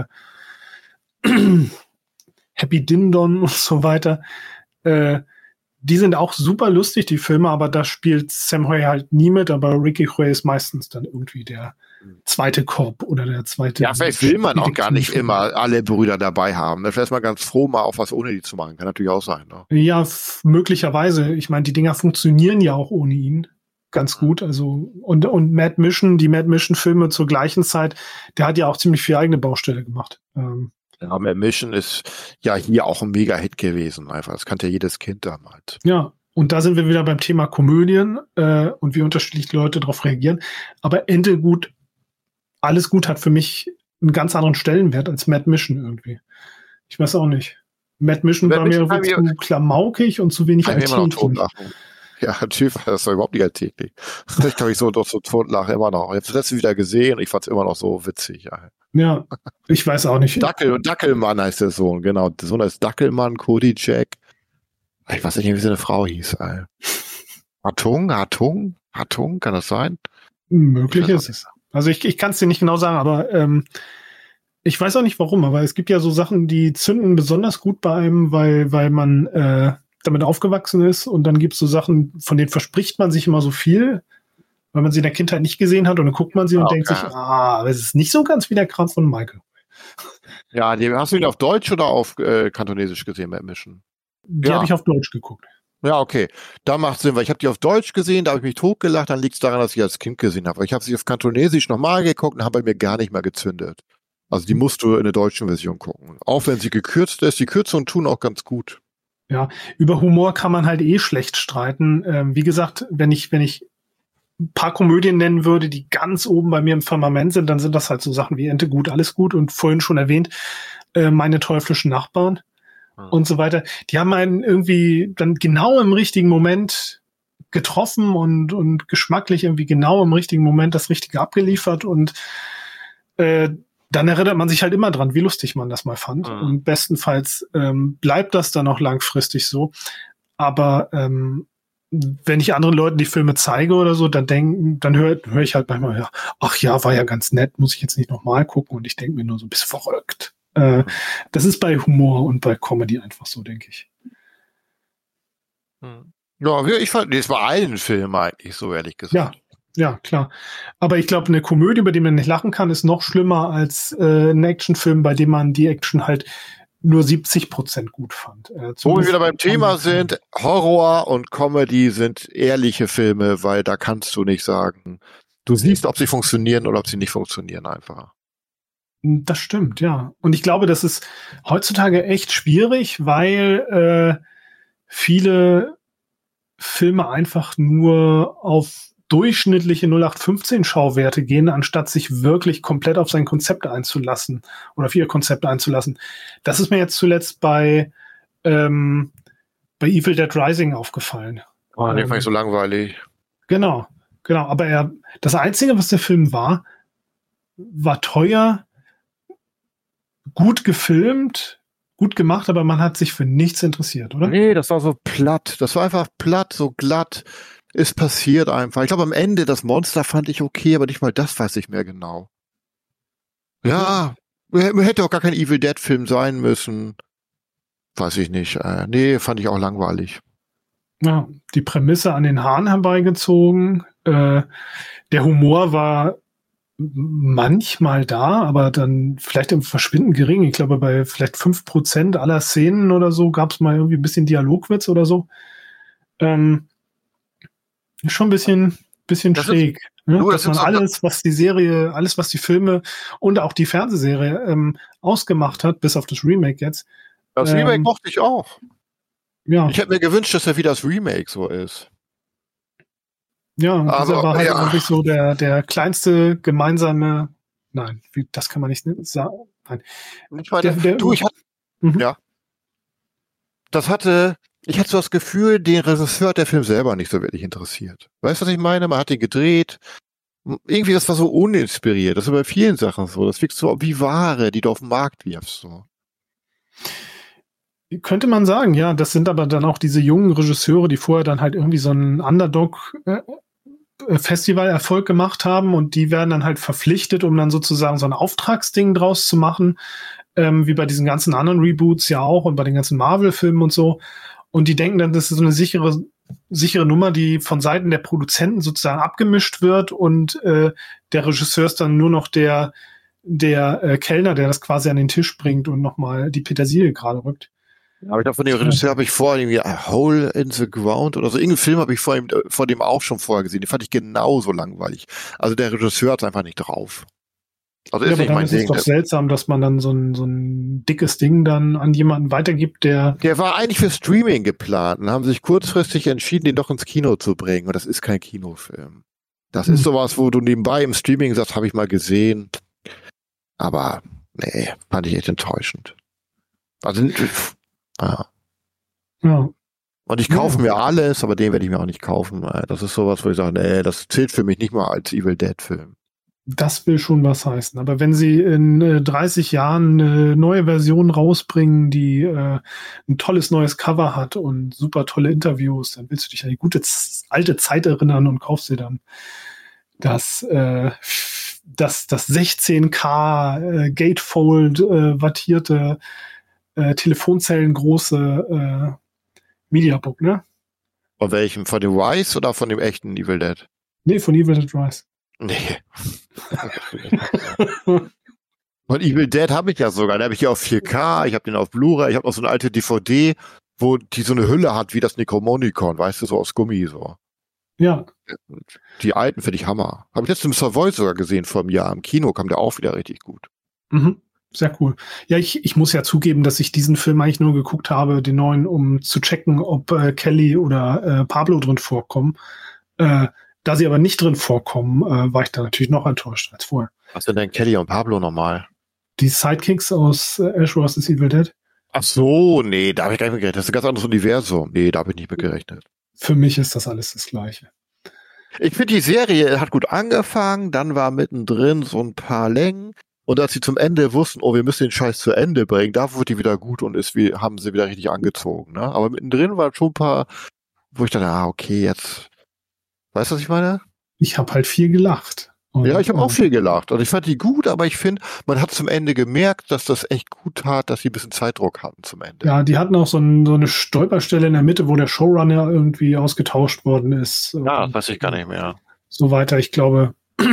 Happy Dindon und so weiter, äh, die sind auch super lustig, die Filme, aber da spielt Sam Hui halt nie mit, aber Ricky Hui ist meistens dann irgendwie der zweite Cop oder der zweite.
Ja, vielleicht will man auch gar nicht immer alle Brüder dabei haben. Vielleicht ist man ganz froh, mal auch was ohne die zu machen. Kann natürlich auch sein. Ne?
Ja, f- möglicherweise. Ich meine, die Dinger funktionieren ja auch ohne ihn ganz gut. Also und, und Mad Mission, die Mad Mission-Filme zur gleichen Zeit, der hat ja auch ziemlich viel eigene Baustelle gemacht. Ähm,
Ja, Mad Mission ist ja hier auch ein Mega-Hit gewesen, einfach. Das kannte ja jedes Kind damals.
Ja, und da sind wir wieder beim Thema Komödien äh, und wie unterschiedlich Leute darauf reagieren. Aber Ende gut, alles gut hat für mich einen ganz anderen Stellenwert als Mad Mission irgendwie. Ich weiß auch nicht. Mad Mission Mad war Mission mir irgendwie zu klamaukig und zu wenig alltäglich.
Ja, natürlich war das doch überhaupt nicht alltäglich. Ich kann mich so doch so totlachen immer noch. Ich habe das letzte wieder gesehen und ich fand es immer noch so witzig. Ja.
Ja, ich weiß auch nicht.
Dackel, Dackelmann heißt der Sohn, genau. Der Sohn heißt Dackelmann, Cody Jack. Ich weiß nicht, wie seine Frau hieß. Ey. Hartung, Hartung, Hartung, kann das sein?
Möglich ist es. Also ich, ich kann es dir nicht genau sagen, aber ähm, ich weiß auch nicht warum, aber es gibt ja so Sachen, die zünden besonders gut bei einem, weil, weil man äh, damit aufgewachsen ist und dann gibt es so Sachen, von denen verspricht man sich immer so viel, weil man sie in der Kindheit nicht gesehen hat und dann guckt man sie und okay. denkt sich, ah, es ist nicht so ganz wie der Kram von Michael.
Ja, die, hast du ihn auf Deutsch oder auf äh, Kantonesisch gesehen, Mad Mission?
Die
ja.
habe ich auf Deutsch geguckt.
Ja, okay. Da macht Sinn, weil ich habe die auf Deutsch gesehen, da habe ich mich totgelacht, dann liegt es daran, dass ich als Kind gesehen habe. Ich habe sie auf Kantonesisch nochmal geguckt und habe bei mir gar nicht mehr gezündet. Also die musst du in der deutschen Version gucken. Auch wenn sie gekürzt ist, die Kürzungen tun auch ganz gut.
Ja, über Humor kann man halt eh schlecht streiten. Ähm, wie gesagt, wenn ich, wenn ich ein paar Komödien nennen würde, die ganz oben bei mir im Firmament sind, dann sind das halt so Sachen wie Ente gut, alles gut und vorhin schon erwähnt, äh, meine teuflischen Nachbarn. Und so weiter. Die haben einen irgendwie dann genau im richtigen Moment getroffen und, und geschmacklich irgendwie genau im richtigen Moment das Richtige abgeliefert und äh, dann erinnert man sich halt immer dran, wie lustig man das mal fand. Mhm. Und bestenfalls ähm, bleibt das dann auch langfristig so. Aber ähm, wenn ich anderen Leuten die Filme zeige oder so, dann denken, dann höre hör ich halt manchmal, ja, ach ja, war ja ganz nett, muss ich jetzt nicht nochmal gucken und ich denke mir nur so, bist verrückt. Das ist bei Humor und bei Comedy einfach so, denke ich.
Ja, ich fand das bei allen Filmen eigentlich so, ehrlich gesagt.
Ja, ja, klar. Aber ich glaube, eine Komödie, bei der man nicht lachen kann, ist noch schlimmer als äh, ein Actionfilm, bei dem man die Action halt nur siebzig Prozent gut fand. Äh,
Wo wir wieder beim Thema sind, Horror und Comedy sind ehrliche Filme, weil da kannst du nicht sagen, du siehst, ob sie funktionieren oder ob sie nicht funktionieren einfach.
Das stimmt, ja. Und ich glaube, das ist heutzutage echt schwierig, weil äh, viele Filme einfach nur auf durchschnittliche null acht fünfzehn Schauwerte gehen, anstatt sich wirklich komplett auf sein Konzept einzulassen oder auf ihr Konzept einzulassen. Das ist mir jetzt zuletzt bei ähm, bei Evil Dead Rising aufgefallen.
Oh, den ähm, fand ich so langweilig.
Genau, genau. Aber er, das Einzige, was der Film war, war teuer, gut gefilmt, gut gemacht, aber man hat sich für nichts interessiert, oder?
Nee, das war so platt. Das war einfach platt, so glatt. Ist passiert einfach. Ich glaube, am Ende das Monster fand ich okay, aber nicht mal das weiß ich mehr genau. Ja, man hätte auch gar kein Evil Dead Film sein müssen. Weiß ich nicht. Äh, nee, fand ich auch langweilig.
Ja, die Prämisse an den Haaren herbeigezogen. Äh, der Humor war manchmal da, aber dann vielleicht im Verschwinden gering. Ich glaube, bei vielleicht fünf Prozent aller Szenen oder so gab es mal irgendwie ein bisschen Dialogwitz oder so. Ähm, Schon ein bisschen, bisschen
Das ist-
schräg. Ne?
du, das
Dass man
ist so-
alles, was die Serie, alles, was die Filme und auch die Fernsehserie ähm, ausgemacht hat, bis auf das Remake jetzt.
Das
Ähm,
Remake mochte ich auch.
Ja,
Ich hätte mir gewünscht, dass er wie das Remake so ist.
ja, und dieser
aber,
war halt
ja.
wirklich so der, der kleinste gemeinsame, nein, wie, das kann man nicht sagen. Nein.
Ich meine,
Der- der-
du, ich hatte,
Mhm.
ja. Das hatte, ich hatte so das Gefühl, den Regisseur hat der Film selber nicht so wirklich interessiert. Weißt du, was ich meine? Man hat ihn gedreht. Irgendwie, das war so uninspiriert. Das ist bei vielen Sachen so. Das wirkt so wie Ware, die du auf den Markt wirfst, so.
Könnte man sagen, ja, das sind aber dann auch diese jungen Regisseure, die vorher dann halt irgendwie so einen Underdog-Festival-Erfolg gemacht haben und die werden dann halt verpflichtet, um dann sozusagen so ein Auftragsding draus zu machen, ähm, wie bei diesen ganzen anderen Reboots ja auch und bei den ganzen Marvel-Filmen und so. Und die denken dann, das ist so eine sichere, sichere Nummer, die von Seiten der Produzenten sozusagen abgemischt wird und äh, der Regisseur ist dann nur noch der, der äh, Kellner, der das quasi an den Tisch bringt und nochmal die Petersilie gerade rückt.
Aber ich glaube, von dem Regisseur habe ich vorher irgendwie A Hole in the Ground oder so. Irgendeinen Film habe ich vor, ihm, vor dem auch schon vorher gesehen. Den fand ich genauso langweilig. Also der Regisseur hat es einfach nicht drauf. Also
Ja,
ist
aber
nicht
dann
mein
ist es
Ding.
doch
Der,
seltsam, dass man dann so ein, so ein dickes Ding dann an jemanden weitergibt, der
der war eigentlich für Streaming geplant und haben sich kurzfristig entschieden, den doch ins Kino zu bringen. Und das ist kein Kinofilm. Das
Hm.
ist sowas, wo du nebenbei im Streaming sagst, habe ich mal gesehen. Aber nee, fand ich echt enttäuschend. Also, ja.
ja,
Und ich
Ja.
kaufe mir alles, aber den werde ich mir auch nicht kaufen. Das ist sowas, wo ich sage, nee, das zählt für mich nicht mal als Evil Dead Film.
das will schon was heißen. Aber wenn sie in äh, dreißig Jahren eine neue Version rausbringen, die äh, ein tolles neues Cover hat und super tolle Interviews, dann willst du dich an die gute z- alte Zeit erinnern und kaufst dir dann das, äh, das, das sechzehn K äh, Gatefold äh, wattierte äh, Telefonzellengroße äh, Mediabook, ne?
Von welchem? Von dem Rise oder von dem echten Evil Dead?
Nee, von Evil Dead Rise.
Nee. Von Evil Dead habe ich ja sogar. Den habe ich ja auf vier K, ich habe den auf Blu-ray, ich habe noch so eine alte D V D, wo die so eine Hülle hat wie das Necromonicon, weißt du, so aus Gummi so.
Ja,
Die alten finde ich Hammer. Habe ich letztens im Savoy sogar gesehen vor einem Jahr. Im Kino kam der auch wieder richtig gut.
mhm. Sehr cool. Ja, ich, ich muss ja zugeben, dass ich diesen Film eigentlich nur geguckt habe, den neuen, um zu checken, ob äh, Kelly oder äh, Pablo drin vorkommen. Äh, da sie aber nicht drin vorkommen, äh, war ich da natürlich noch enttäuscht als vorher.
Was sind denn Kelly und Pablo nochmal?
Die Sidekicks aus äh, Ash versus. Evil Dead,
Ach so, nee, da habe ich gar nicht mit gerechnet. Das ist ein ganz anderes Universum. Nee, da habe ich nicht mit gerechnet.
für mich ist das alles das Gleiche.
Ich finde, die Serie hat gut angefangen, dann war mittendrin so ein paar Längen. Und als sie zum Ende wussten, oh, wir müssen den Scheiß zu Ende bringen, da wurde die wieder gut und ist wie, haben sie wieder richtig angezogen. Ne? Aber mittendrin waren schon ein paar, wo ich dachte, ah, okay, jetzt. Weißt du, was ich meine?
Ich habe halt viel gelacht. Und,
Ja, ich habe auch
äh,
viel gelacht. Also ich fand die gut, aber ich finde, man hat zum Ende gemerkt, dass das echt gut tat, dass sie ein bisschen Zeitdruck hatten zum Ende.
Ja, die hatten auch so, ein, so eine Stolperstelle in der Mitte, wo der Showrunner irgendwie ausgetauscht worden ist.
Ja,
Und
weiß ich gar nicht mehr.
so weiter. Ich glaube,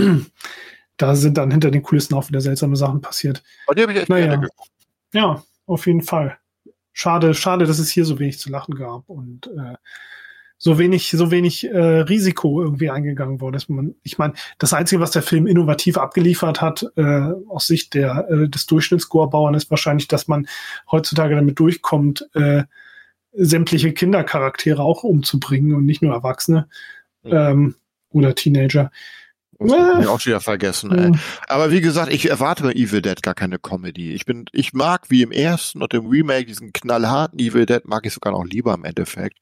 da sind dann hinter den Kulissen auch wieder seltsame Sachen passiert.
Und die habe ich echt
Naja.
gerne geguckt.
Ja, auf jeden Fall. Schade, schade, dass es hier so wenig zu lachen gab und äh, so wenig, so wenig äh, Risiko irgendwie eingegangen wurde. Dass man, ich meine, das Einzige, was der Film innovativ abgeliefert hat, äh, aus Sicht der äh, des Durchschnittsgorebauern, ist wahrscheinlich, dass man heutzutage damit durchkommt, äh, sämtliche Kindercharaktere auch umzubringen und nicht nur Erwachsene
Mhm.
ähm, oder Teenager.
Das hab ich auch schon wieder vergessen, ey.
Mhm.
Aber wie gesagt, ich erwarte bei Evil Dead gar keine Comedy. Ich bin, ich mag wie im ersten und im Remake diesen knallharten Evil Dead mag ich sogar noch lieber im Endeffekt.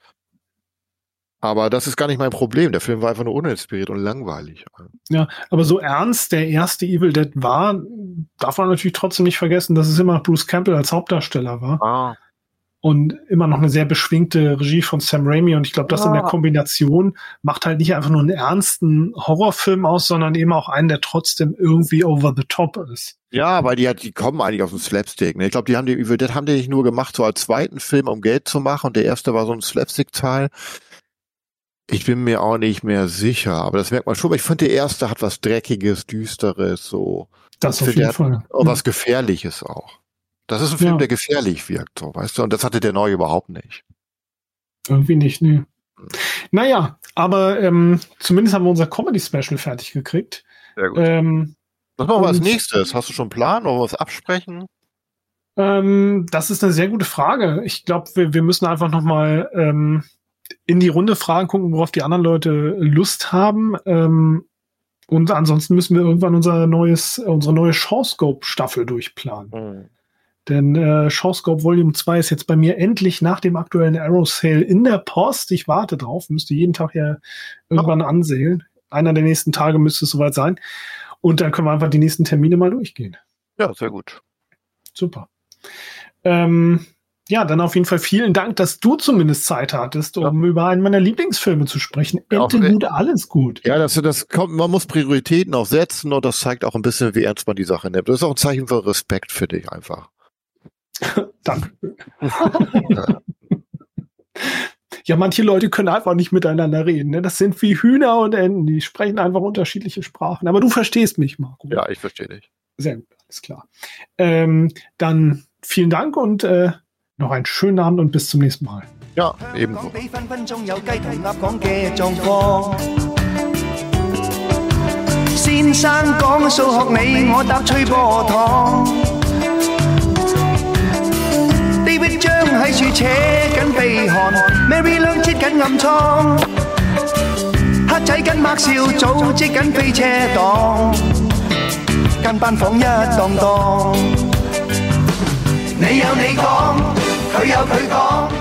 Aber das ist gar nicht mein Problem. Der Film war einfach nur uninspiriert und langweilig.
Ja, aber so ernst der erste Evil Dead war, darf man natürlich trotzdem nicht vergessen, dass es immer noch Bruce Campbell als Hauptdarsteller war.
Ah.
Und immer noch eine sehr beschwingte Regie von Sam Raimi. Und ich glaube, das in der Kombination macht halt nicht einfach nur einen ernsten Horrorfilm aus, sondern eben auch einen, der trotzdem irgendwie over the top ist.
Ja, weil die hat, die kommen eigentlich aus dem Slapstick. Ne? Ich glaube, die haben die Evil Dead haben die nicht nur gemacht, so als zweiten Film, um Geld zu machen. Und der erste war so ein Slapstick-Teil. Ich bin mir auch nicht mehr sicher, aber das merkt man schon. Aber ich finde, der erste hat was Dreckiges, Düsteres, so.
Das
Ich
auf
finde,
jeden
der
Fall.
hat auch was Gefährliches auch. Das ist ein Film,
Ja.
der gefährlich wirkt, so, weißt du? Und das hatte der neue überhaupt nicht.
Irgendwie nicht, ne. Naja, aber ähm, zumindest haben wir unser Comedy-Special fertig gekriegt.
Sehr gut.
Ähm,
was machen wir als nächstes? Hast du schon einen Plan? Wollen wir was absprechen?
Ähm, das ist eine sehr gute Frage. Ich glaube, wir, wir müssen einfach noch mal ähm, in die Runde fragen, gucken, worauf die anderen Leute Lust haben. Ähm, und ansonsten müssen wir irgendwann unser neues, unsere neue Shawscope-Staffel durchplanen. Mhm. Denn äh, Shawscope Volume zwei ist jetzt bei mir endlich nach dem aktuellen Arrow Sale in der Post. Ich warte drauf, müsste jeden Tag ja irgendwann oh. ansehen. Einer der nächsten Tage müsste es soweit sein. Und dann können wir einfach die nächsten Termine mal durchgehen.
Ja, sehr gut.
Super. Ähm, ja, dann auf jeden Fall vielen Dank, dass du zumindest Zeit hattest, um ja. über einen meiner Lieblingsfilme zu sprechen. Ente gut, alles gut.
Ja, das, das kommt, man muss Prioritäten auch setzen und das zeigt auch ein bisschen, wie ernst man die Sache nimmt. Das ist auch ein Zeichen für Respekt für dich einfach.
Danke. ja. ja, manche Leute können einfach nicht miteinander reden. Ne? Das sind wie Hühner und Enten, die sprechen einfach unterschiedliche Sprachen. Aber du verstehst mich, Marco.
Ja, ich verstehe dich.
Sehr gut, alles klar. Ähm, dann vielen Dank und äh, noch einen schönen Abend und bis zum nächsten Mal.
Ja, ebenso.
David 張喺處扯緊鼻鼾 ，Mary 兩擠緊暗瘡，黑仔緊麥笑組織緊飛車黨，間班房一檔檔。你有你講，佢有佢講。